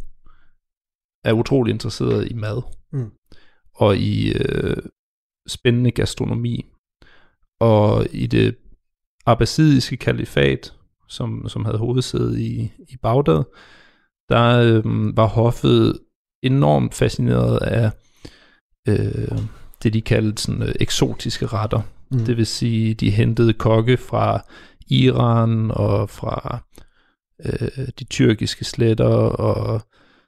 er utrolig interesseret i mad. Mm. Og i øh, spændende gastronomi. Og i det abbasidiske kalifat, som, som havde hovedsæde i, i Bagdad, der øh, var hoffet enormt fascineret af øh, det, de kaldte sådan, øh, eksotiske retter. Mm. Det vil sige, de hentede kokke fra Iran og fra øh, de tyrkiske sletter og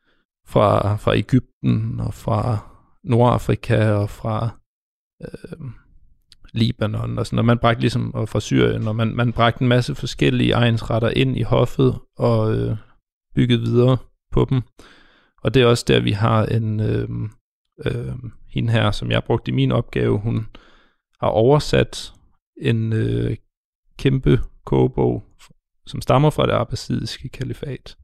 fra, fra Egypten og fra Nordafrika og fra øh, Libanon og sådan, og man bragte ligesom, og fra Syrien, og man, man bragte en masse forskellige egnsretter ind i hoffet og øh, byggede videre på dem. Og det er også der, vi har en øh, øh, hende her, som jeg brugte i min opgave, hun har oversat en øh, kæmpe kogebog, som stammer fra det abbasidiske kalifat,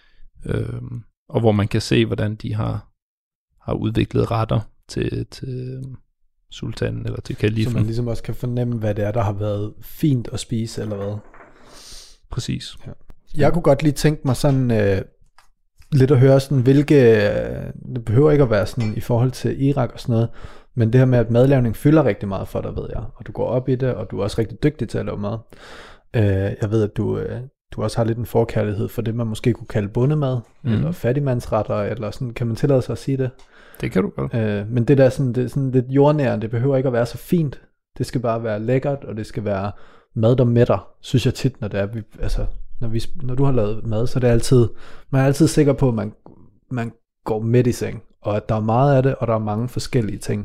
øh, og hvor man kan se, hvordan de har, har udviklet retter til, til sultanen eller til kalifen. Så man ligesom også kan fornemme, hvad det er, der har været fint at spise, eller hvad? Præcis. Ja. Jeg kunne godt lige tænke mig sådan øh, lidt at høre sådan, hvilke, øh, det behøver ikke at være sådan i forhold til Irak og sådan noget, men det her med, at madlavning fylder rigtig meget for dig, ved jeg, og du går op i det, og du er også rigtig dygtig til at lave mad. Øh, jeg ved, at du, øh, du også har lidt en forkærlighed for det, man måske kunne kalde bondemad, mm. eller fattigmandsretter, eller sådan, kan man tillade sig at sige det? Det kan du godt. Øh, men det der sådan, det er sådan lidt jordnære, det behøver ikke at være så fint. Det skal bare være lækkert, og det skal være mad, der mætter, synes jeg tit, når det er, vi, altså, når, vi, når du har lavet mad, så er det altid, man er altid sikker på, at man, man går midt i seng, og at der er meget af det, og der er mange forskellige ting.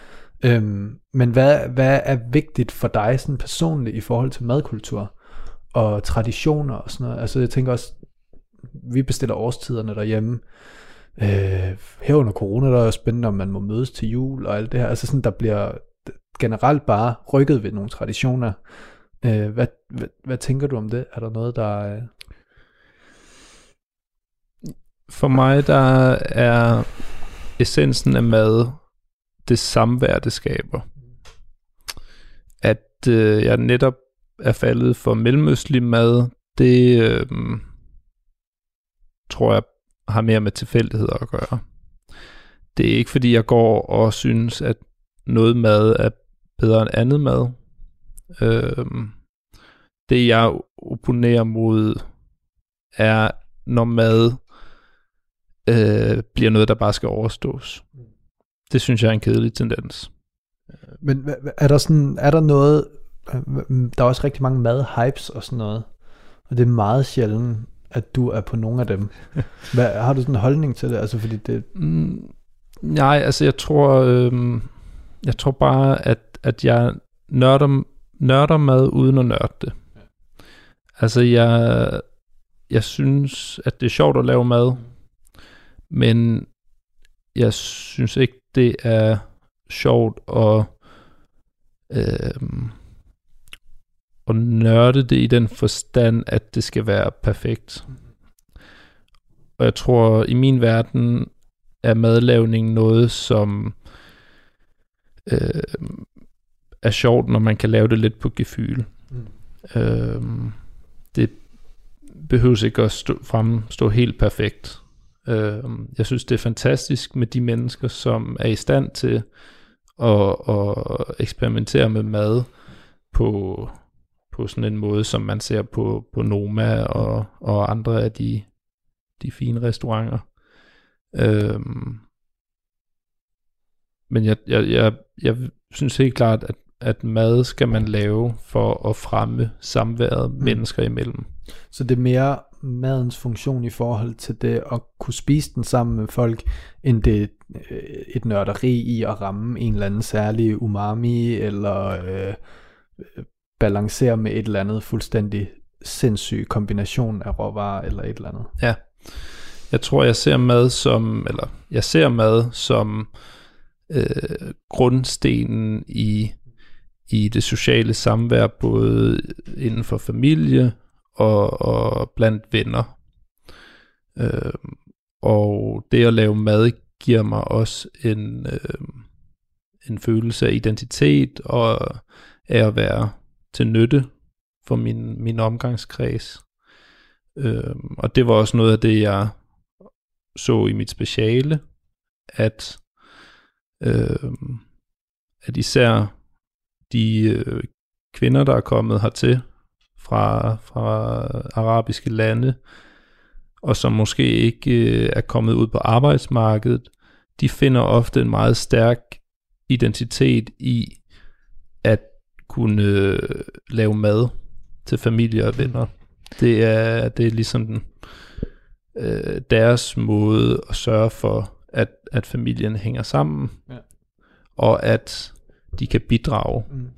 Øhm, men hvad, hvad er vigtigt for dig sådan personligt i forhold til madkultur og traditioner og sådan noget? Altså jeg tænker også, vi bestiller årstiderne derhjemme, Øh, her under corona, der er jo spændende, om man må mødes til jul og alt det her. Altså sådan, der bliver generelt bare rykket ved nogle traditioner. Øh, hvad, hvad, hvad tænker du om det? Er der noget, der... Øh... For mig, der er essensen af mad det samvær, det skaber. At øh, jeg netop er faldet for mellemøstlig mad, det øh, tror jeg har mere med tilfældigheder at gøre. Det er ikke fordi jeg går og synes, at noget mad er bedre end andet mad. Øh, det jeg opponerer mod er, når mad øh, bliver noget, der bare skal overstås. Det synes jeg er en kedelig tendens. Men er der sådan, er der noget, der er også rigtig mange mad-hypes og sådan noget, og det er meget sjældent, at du er på nogle af dem. Hvad, har du sådan en holdning til det? Altså fordi det... Mm, nej, altså jeg tror, øh, jeg tror bare, at, at jeg nørder, nørder mad uden at nørde det. Altså jeg, jeg synes, at det er sjovt at lave mad, men jeg synes ikke, det er sjovt at, øh, at nørde det i den forstand, at det skal være perfekt. Og jeg tror, i min verden er madlavning noget, som øh, er sjovt, når man kan lave det lidt på gefyl. Mm. Øh, det behøves ikke at stå, fremstå helt perfekt. Øh, jeg synes, det er fantastisk med de mennesker, som er i stand til at, at eksperimentere med mad på, på sådan en måde, som man ser på, på Noma og, og andre af de, de fine restauranter. Øh, men jeg, jeg, jeg, jeg synes helt klart, at, at mad skal man lave for at fremme samværet mm. mennesker imellem. Så det er mere madens funktion i forhold til det at kunne spise den sammen med folk, end det er et nørderi i at ramme en eller anden særlig umami, eller øh, balancere med et eller andet fuldstændig sindssyg kombination af råvarer, eller et eller andet. Ja, jeg tror jeg ser mad som, eller jeg ser mad som øh, grundstenen i, i det sociale samvær, både inden for familie, Og, og blandt venner. Øh, og det at lave mad giver mig også en, øh, en følelse af identitet og af at være til nytte for min, min omgangskreds. Øh, og det var også noget af det, jeg så i mit speciale, at, øh, at især de øh, kvinder, der er kommet hertil, Fra, fra arabiske lande, og som måske ikke øh, er kommet ud på arbejdsmarkedet, de finder ofte en meget stærk identitet i at kunne øh, lave mad til familie og venner. Det er, det er ligesom den, øh, deres måde at sørge for, at, at familien hænger sammen, ja. Og at de kan bidrage. Mm.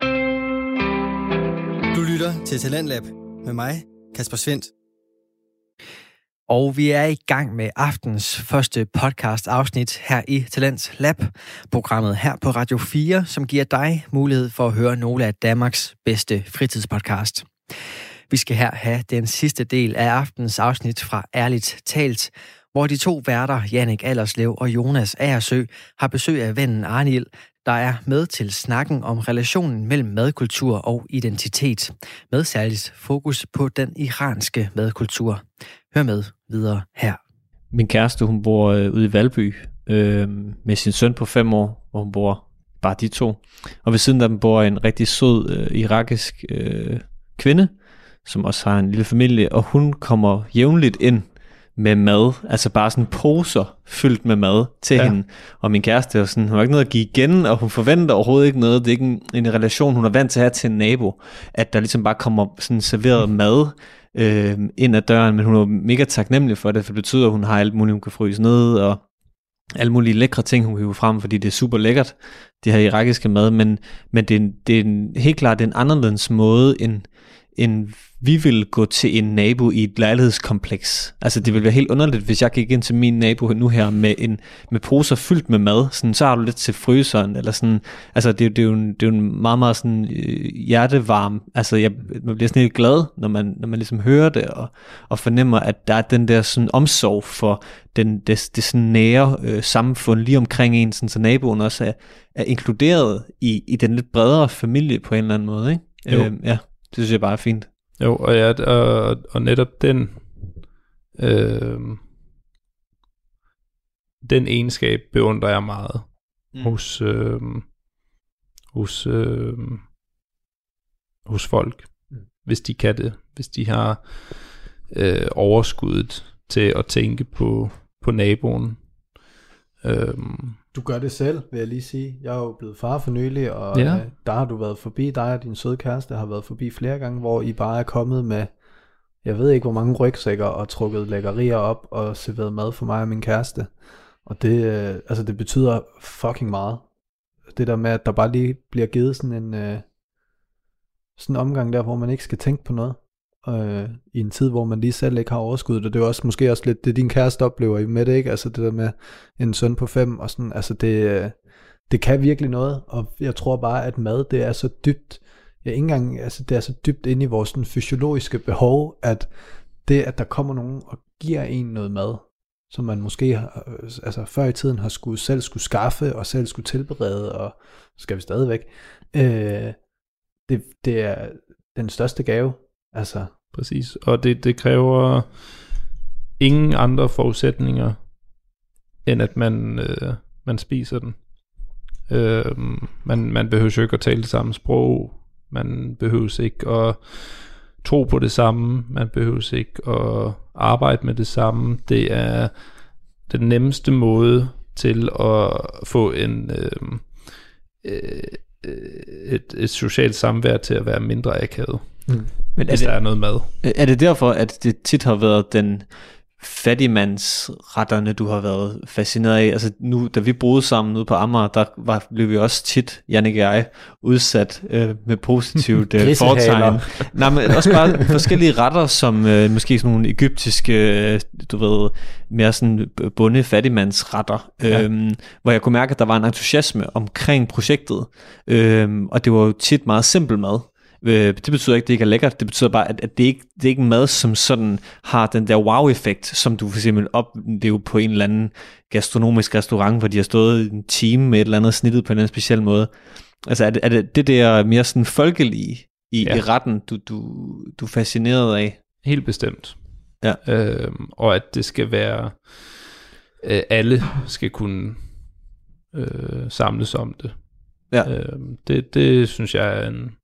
Du lytter til Talentlab med mig, Kasper Svendt. Og vi er i gang med aftens første podcast afsnit her i Talents Lab, programmet her på Radio fire, som giver dig mulighed for at høre nogle af Danmarks bedste fritidspodcast. Vi skal her have den sidste del af aftens afsnit fra Ærligt Talt, hvor de to værter, Jannik Allerslev og Jonas Agersø, har besøg af vennen Arnil, der er med til snakken om relationen mellem madkultur og identitet, med særligt fokus på den iranske madkultur. Hør med videre her. Min kæreste, hun bor øh, ude i Valby øh, med sin søn på fem år, hvor hun bor bare de to. Og ved siden af dem bor en rigtig sød øh, irakisk øh, kvinde, som også har en lille familie, og hun kommer jævnligt ind med mad, altså bare sådan poser fyldt med mad til ja. hende. Og min kæreste er sådan, hun har ikke noget at give igen, og hun forventer overhovedet ikke noget. Det er ikke en, en relation, hun er vant til at have til en nabo, at der ligesom bare kommer sådan serveret mad øh, ind ad døren, men hun er mega taknemmelig for det, for det betyder, at hun har alt muligt, hun kan fryse ned, og alle mulige lækre ting, hun kan hive frem, fordi det er super lækkert, det her irakiske mad, men, men det, er, det er en, helt klart det er en anderledes måde, end end vi vil gå til en nabo i et lejlighedskompleks. Altså det ville være helt underligt, hvis jeg gik ind til min nabo nu her med en med poser fyldt med mad, sådan, så har du lidt til fryseren, eller sådan, altså det, det, er, jo en, det er jo en meget, meget sådan øh, hjertevarm, altså jeg, man bliver sådan helt glad, når man, når man ligesom hører det, og, og fornemmer, at der er den der sådan omsorg for den, det, det sådan nære øh, samfund lige omkring en, sådan, så naboen også er, er inkluderet i, i den lidt bredere familie på en eller anden måde, ikke? Øh, ja, det synes jeg bare er fint. Jo, og, ja, og, og netop den øh, den egenskab beundrer jeg meget mm. hos øh, hos øh, hos folk, mm. hvis de kan det, hvis de har øh, overskuddet til at tænke på på naboen. Øh, Du gør det selv, vil jeg lige sige. Jeg er jo blevet far for nylig, og ja. øh, der har du været forbi, dig og din søde kæreste har været forbi flere gange, hvor I bare er kommet med, jeg ved ikke hvor mange rygsækker, og trukket lækkerier op, og serveret mad for mig og min kæreste. Og det, øh, altså det betyder fucking meget. Det der med, at der bare lige bliver givet sådan en, øh, sådan en omgang der, hvor man ikke skal tænke på noget. Øh, i en tid, hvor man lige selv ikke har overskud, og det er også måske også lidt det din kæreste oplever i med det, ikke? Altså det der med en søn på fem og sådan, altså det det kan virkelig noget, og jeg tror bare at mad, det er så dybt, ja ikke engang, altså det er så dybt inde i vores sådan, fysiologiske behov, at det at der kommer nogen og giver en noget mad, som man måske har, altså før i tiden har skulle selv skulle skaffe og selv skulle tilberede, og skal vi stadigvæk, øh, det det er den største gave. Altså. Præcis, og det, det kræver ingen andre forudsætninger, end at man, øh, man spiser den. Øh, man, man behøver jo ikke at tale det samme sprog, man behøver ikke at tro på det samme, man behøver ikke at arbejde med det samme. Det er den nemmeste måde til at få en øh, øh, et, et socialt samvær til at være mindre akavet. Mm. Men hvis er det, der er noget mad. Er det derfor, at det tit har været den fattigmandsretterne, du har været fascineret af? Altså nu, da vi boede sammen ude på Amager, der var, blev vi også tit, Jannik og jeg, udsat øh, med positivt øh, foretegn. Nej, men også bare forskellige retter, som øh, måske sådan nogle egyptiske, øh, du ved, mere sådan bunde fattigmandsretter, ja. øhm, hvor jeg kunne mærke, at der var en entusiasme omkring projektet, øhm, og det var jo tit meget simpel mad. Det betyder ikke, at det ikke er lækkert. Det betyder bare, at, at det, ikke, det er ikke mad, som sådan har den der wow-effekt, som du for eksempel oplever på en eller anden gastronomisk restaurant, hvor de har stået en time med et eller andet snittet på en eller anden speciel måde. Altså er det er det, det der mere sådan folkelige i, ja. i retten, du, du, du er fascineret af? Helt bestemt. Ja. Øhm, og at det skal være, øh, alle skal kunne øh, samles om det. Ja. Øhm, det. Det synes jeg er en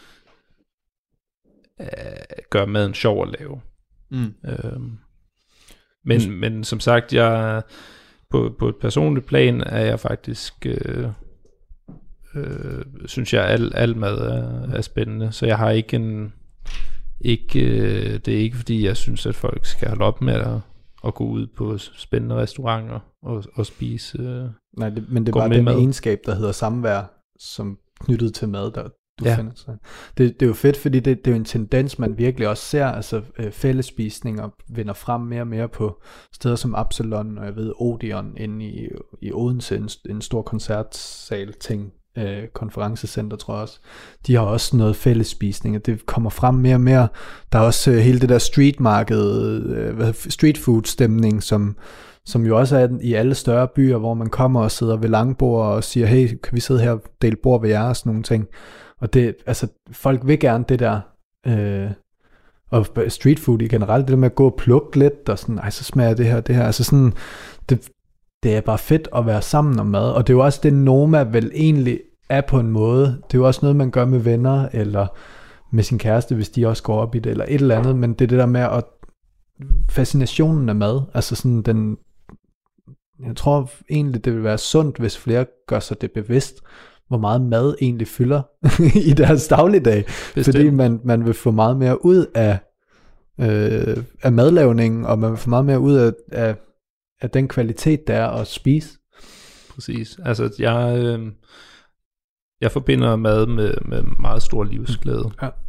gør maden sjov at lave. Mm. Øhm, men, men som sagt, jeg på, på et personligt plan er jeg faktisk øh, øh, synes jeg al, al mad er, er spændende, så jeg har ikke en ikke, øh, det er ikke fordi jeg synes at folk skal holde op med at, at gå ud på spændende restauranter og, og spise øh, nej, det, men det er bare den mad. Egenskab der hedder samvær, som knyttet til mad, der du ja. finder sig. Det, det er jo fedt, fordi det, det er jo en tendens, man virkelig også ser, altså øh, fællesspisninger vinder frem mere og mere på steder som Absalon, og jeg ved Odeon inde i, i Odense, en, en stor koncertsal ting, øh, konferencecenter tror jeg også. De har også noget fællesspisning, og det kommer frem mere og mere. Der er også øh, hele det der streetmarked, øh, street food stemning, som som jo også er i alle større byer, hvor man kommer og sidder ved langbord og siger, hey, kan vi sidde her og dele bord ved jer og sådan nogle ting. Og det, altså, folk vil gerne det der, øh, og street food i generelt, det der med at gå og plukke lidt, og sådan, ej, så smager det her, det her, altså sådan, det, det er bare fedt at være sammen om mad, og det er jo også det, Noma vel egentlig er på en måde, det er jo også noget, man gør med venner, eller med sin kæreste, hvis de også går op i det, eller et eller andet, men det er det der med at, fascinationen af mad, altså sådan den, jeg tror egentlig, det vil være sundt, hvis flere gør sig det bevidst, hvor meget mad egentlig fylder i deres dagligdag. Bestemt. Fordi man, man vil få meget mere ud af, øh, af madlavningen, og man vil få meget mere ud af, af, af den kvalitet, der er at spise. Præcis. Altså, jeg, øh, jeg forbinder mad med, med meget stor livsglæde. Ja.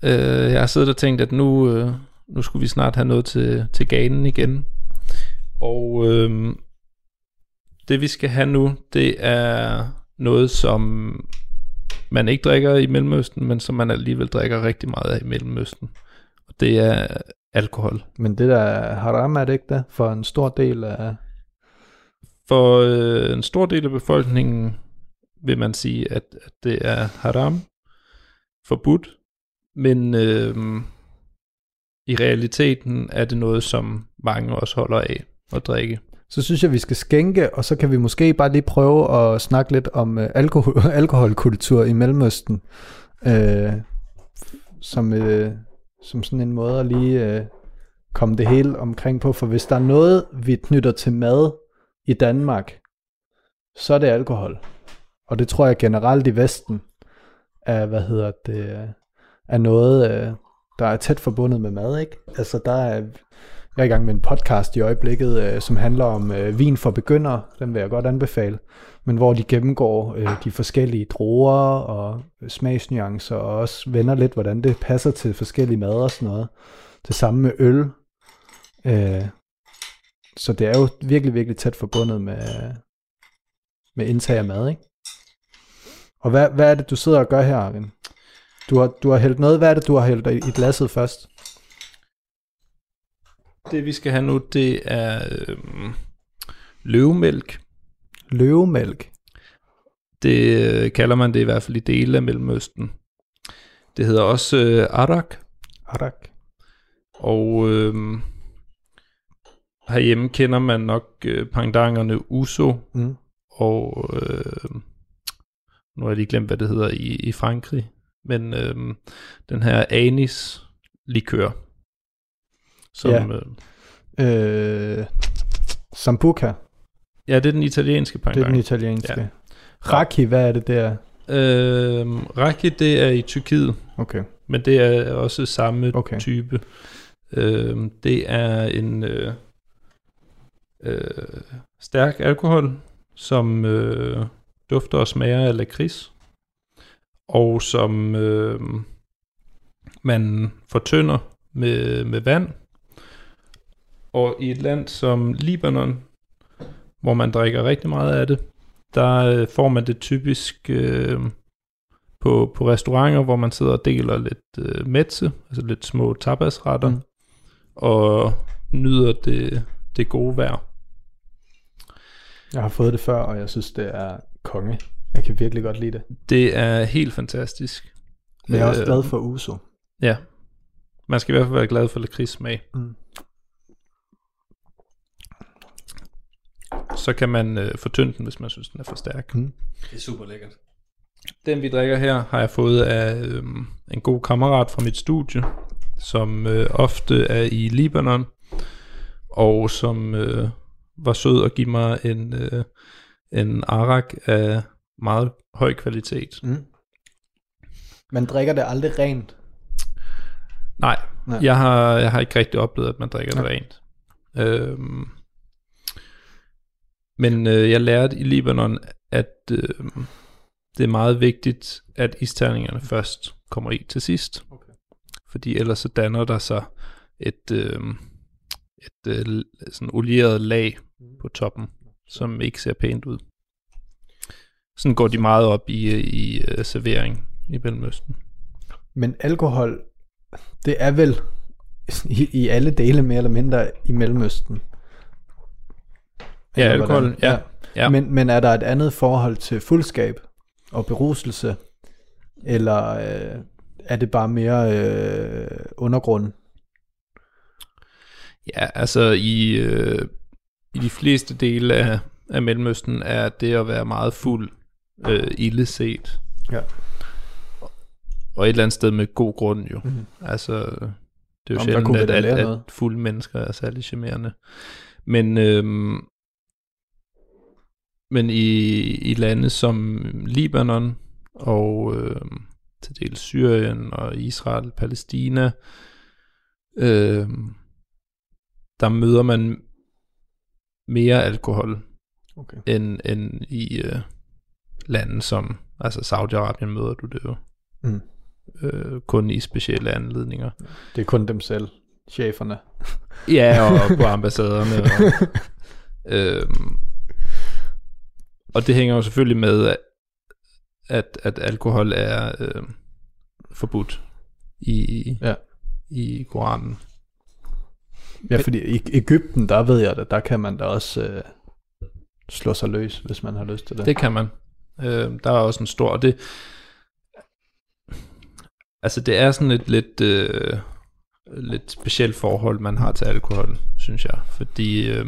Øh, jeg har siddet og tænkt, at nu, øh, nu skulle vi snart have noget til, til ganen igen. Og øh, det vi skal have nu, det er noget, som man ikke drikker i Mellemøsten, men som man alligevel drikker rigtig meget af i Mellemøsten. Og det er alkohol. Men det der er haram, er det ikke det? For en stor del af... For øh, en stor del af befolkningen vil man sige, at, at det er haram, forbudt. Men øh, i realiteten er det noget, som mange også holder af at drikke. Så synes jeg, vi skal skænke, og så kan vi måske bare lige prøve at snakke lidt om øh, alkohol, alkoholkultur i Mellemøsten. Øh, som, øh, som sådan en måde at lige øh, komme det hele omkring på. For hvis der er noget, vi knytter til mad i Danmark, så er det alkohol. Og det tror jeg generelt i Vesten er, hvad hedder det, er noget, øh, der er tæt forbundet med mad, ikke? Altså der er... Jeg er i gang med en podcast i øjeblikket, øh, som handler om øh, vin for begyndere. Den vil jeg godt anbefale. Men hvor de gennemgår øh, de forskellige druer og smagsnuancer, og også vender lidt, hvordan det passer til forskellige mad og sådan noget. Det samme med øl. Øh, så det er jo virkelig, virkelig tæt forbundet med, med indtag af mad, ikke? Og hvad, hvad er det, du sidder og gør her, Arvind? Du har, du har hældt noget. Hvad er det, du har hældt i glasset først? Det vi skal have nu, det er øh, løvemælk. Løvemælk? Det øh, kalder man det i hvert fald i dele af Mellemøsten. Det hedder også øh, arak. Arak. Og øh, herhjemme kender man nok øh, pendanterne uso. Mm. Og øh, nu har jeg lige glemt, hvad det hedder i, i Frankrig. Men øh, den her anis likør. Som, ja. øh, øh, Sambuca. Ja, det er den italienske pendant. Det er den italienske. Ja. Raki, hvad er det der? Øh, Raki, det er i Tyrkiet. Okay. Men det er også samme okay. type. Øh, det er en øh, øh, stærk alkohol, som øh, dufter og smager af lakrids, og som øh, man fortynder med, med vand. Og i et land som Libanon, hvor man drikker rigtig meget af det, der øh, får man det typisk øh, på, på restauranter, hvor man sidder og deler lidt øh, metse, altså lidt små tapasretter, mm. og nyder det, det gode vejr. Jeg har fået det før, og jeg synes, det er konge. Jeg kan virkelig godt lide det. Det er helt fantastisk. Men jeg er også glad for uso. Ja, man skal i hvert fald være glad for lakridssmag. Mm. Så kan man øh, fortynde den, hvis man synes, den er for stærk. Mm. Det er super lækkert. Den vi drikker her, har jeg fået af øh, en god kammerat fra mit studie, som øh, ofte er i Libanon, og som øh, var sød at give mig en, øh, en arak af meget høj kvalitet. Mm. Man drikker det aldrig rent? Nej, Nej. Jeg, har, jeg har ikke rigtig oplevet, at man drikker det okay. rent. Øhm, men øh, jeg lærte i Libanon, at øh, det er meget vigtigt, at isterningerne først kommer i til sidst. Okay. Fordi ellers så danner der sig et, øh, et øh, sådan olieret lag på toppen, som ikke ser pænt ud. Sådan går de meget op i, i uh, servering i Mellemøsten. Men alkohol, det er vel i, i alle dele mere eller mindre i Mellemøsten? Ja, alkohol, ja. ja. Men, men er der et andet forhold til fuldskab og beruselse? Eller øh, er det bare mere øh, undergrund? Ja, altså i, øh, i de fleste dele af, af Mellemøsten er det at være meget fuld øh, ildeset. Ja. Og et eller andet sted med god grund jo. Mm-hmm. Altså, det er jo Om, sjældent, at, at, at, at fulde mennesker er særlig charmerende. Men, øhm, men i, i lande som Libanon og øhm, til dels Syrien og Israel, Palæstina, øhm, der møder man mere alkohol okay. end, end i øh, lande som, altså Saudi-Arabien møder du det jo. Mm. øh, kun i specielle anledninger. Det er kun dem selv, cheferne. Ja, og på ambassaderne. Og, øhm, og det hænger jo selvfølgelig med, at, at alkohol er øh, forbudt i, ja. i Koranen. Ja, fordi i Egypten, der ved jeg det, der kan man da også øh, slå sig løs, hvis man har lyst til det. Det kan man. Øh, der er også en stor, og det, altså det er sådan et lidt, øh, lidt specielt forhold, man har til alkohol, synes jeg, fordi øh,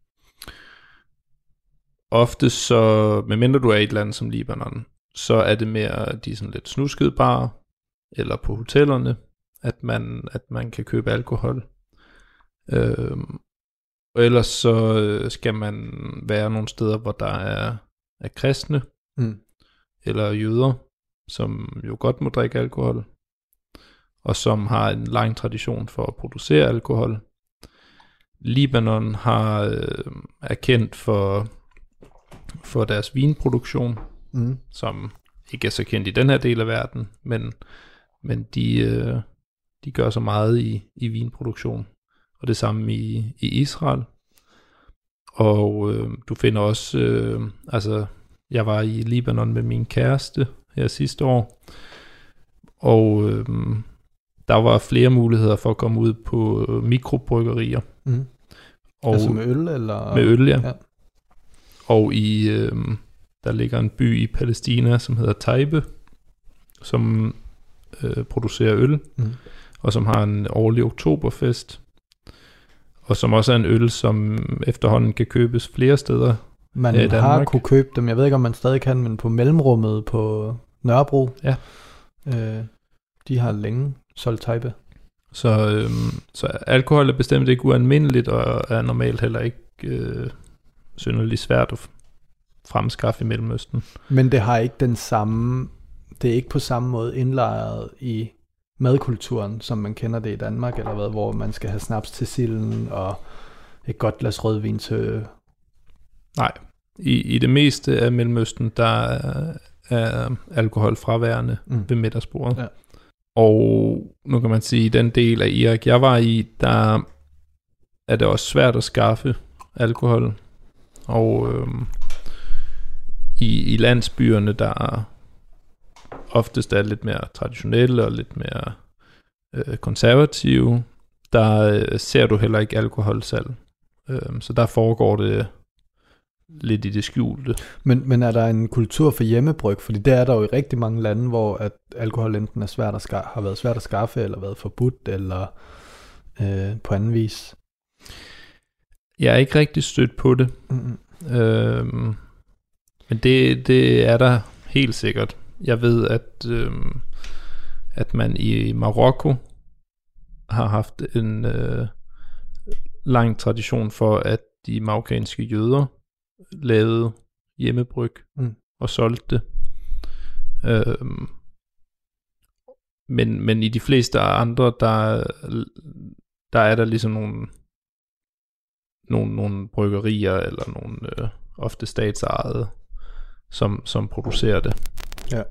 ofte så, medmindre du er i et land som Libanon, så er det mere de sådan lidt snuskede barer, eller på hotellerne, at man, at man kan købe alkohol. Øh, og ellers så skal man være nogle steder, hvor der er, er kristne, mm. eller jøder, som jo godt må drikke alkohol, og som har en lang tradition for at producere alkohol. Libanon har øh, er kendt for, for deres vinproduktion, mm. som ikke er så kendt i den her del af verden, men, men de, øh, de gør så meget i, i vinproduktion. Og det samme i, i Israel. Og øh, du finder også, øh, altså jeg var i Libanon med min kæreste her sidste år, og øh, der var flere muligheder for at komme ud på mikrobryggerier. Mm. Og altså med øl? Eller? Med øl, ja. ja. Og i, øh, der ligger en by i Palæstina, som hedder Taibe, som øh, producerer øl, mm. og som har en årlig oktoberfest, og som også er en øl, som efterhånden kan købes flere steder. Man har kunne købe dem, jeg ved ikke om man stadig kan, men på mellemrummet på Nørrebro. Ja. Øh, de har længe solgt Taibe. Så, øhm, så alkohol er bestemt ikke ualmindeligt, og er normalt heller ikke øh, synderligt svært at fremskaffe i Mellemøsten. Men det har ikke den samme, det er ikke på samme måde indlejret i madkulturen, som man kender det i Danmark, eller hvad, hvor man skal have snaps til silden, og et godt glas rødvin til... Nej, i, i det meste af Mellemøsten, der er, er alkohol fraværende mm. ved middagsbordet. Ja. Og nu kan man sige, i den del af Irak, jeg var i, der er det også svært at skaffe alkohol. Og øhm, i, i landsbyerne, der oftest er lidt mere traditionelle og lidt mere øh, konservative, der øh, ser du heller ikke alkoholsalg. Øh, så der foregår det lidt i det skjulte. Men, men er der en kultur for hjemmebryg? Fordi det er der jo i rigtig mange lande, hvor at alkohol enten er svært at skaffe, har været svært at skaffe, eller været forbudt, eller øh, på anden vis. Jeg er ikke rigtig stødt på det. Mm-hmm. Øh, men det, det er der helt sikkert. Jeg ved, at, øh, at man i Marokko har haft en øh, lang tradition for, at de marokkanske jøder lavede hjemmebryg mm. og solgte det. Øh, men, men i de fleste andre, der, der er der ligesom nogle, nogle, nogle bryggerier, eller nogle øh, ofte statsejede, som, som producerer det. Ja.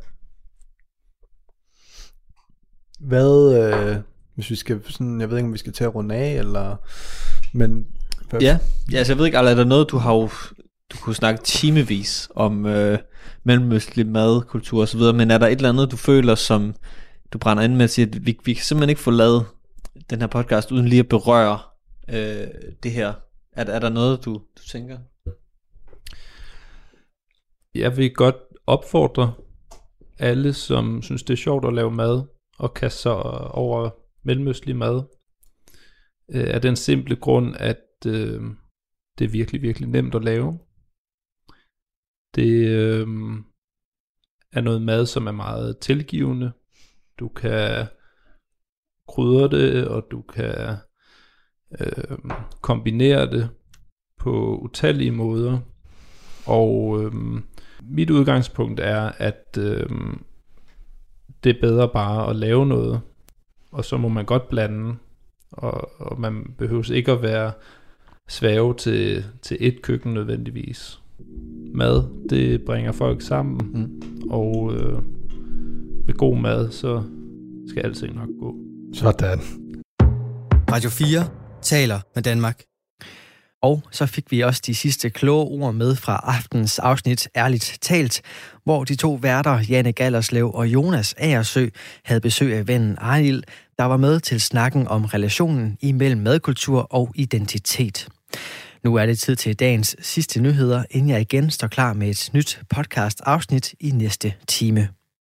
Hvad, øh, hvis vi skal sådan, jeg ved ikke, om vi skal til at runde af, eller, men... Hvad? Ja, ja, altså jeg ved ikke, er der noget, du har jo, du kunne snakke timevis om øh, mellemøstlig madkultur og så videre, men er der et eller andet, du føler, som du brænder ind med at sige, at vi, vi kan simpelthen ikke få lavet den her podcast, uden lige at berøre øh, det her? Er, er der noget, du, du tænker? Jeg vil godt opfordre alle, som synes, det er sjovt at lave mad, og kaste sig over mellemøstlig mad, øh, af den simple grund, at øh, det er virkelig, virkelig nemt at lave. Det øh, er noget mad, som er meget tilgivende. Du kan krydre det, og du kan øh, kombinere det på utallige måder. Og øh, mit udgangspunkt er, at øh, det er bedre bare at lave noget, og så må man godt blande, og, og man behøver ikke at være svage til, til et køkken nødvendigvis. Mad, det bringer folk sammen, mm. og øh, med god mad, så, skal alting nok gå. Sådan. Radio fire taler med Danmark. Og så fik vi også de sidste kloge ord med fra aftens afsnit Ærligt Talt, hvor de to værter, Janne Gallerslev og Jonas Agersø, havde besøg af vennen Arnild, der var med til snakken om relationen imellem madkultur og identitet. Nu er det tid til dagens sidste nyheder, inden jeg igen står klar med et nyt podcast-afsnit i næste time.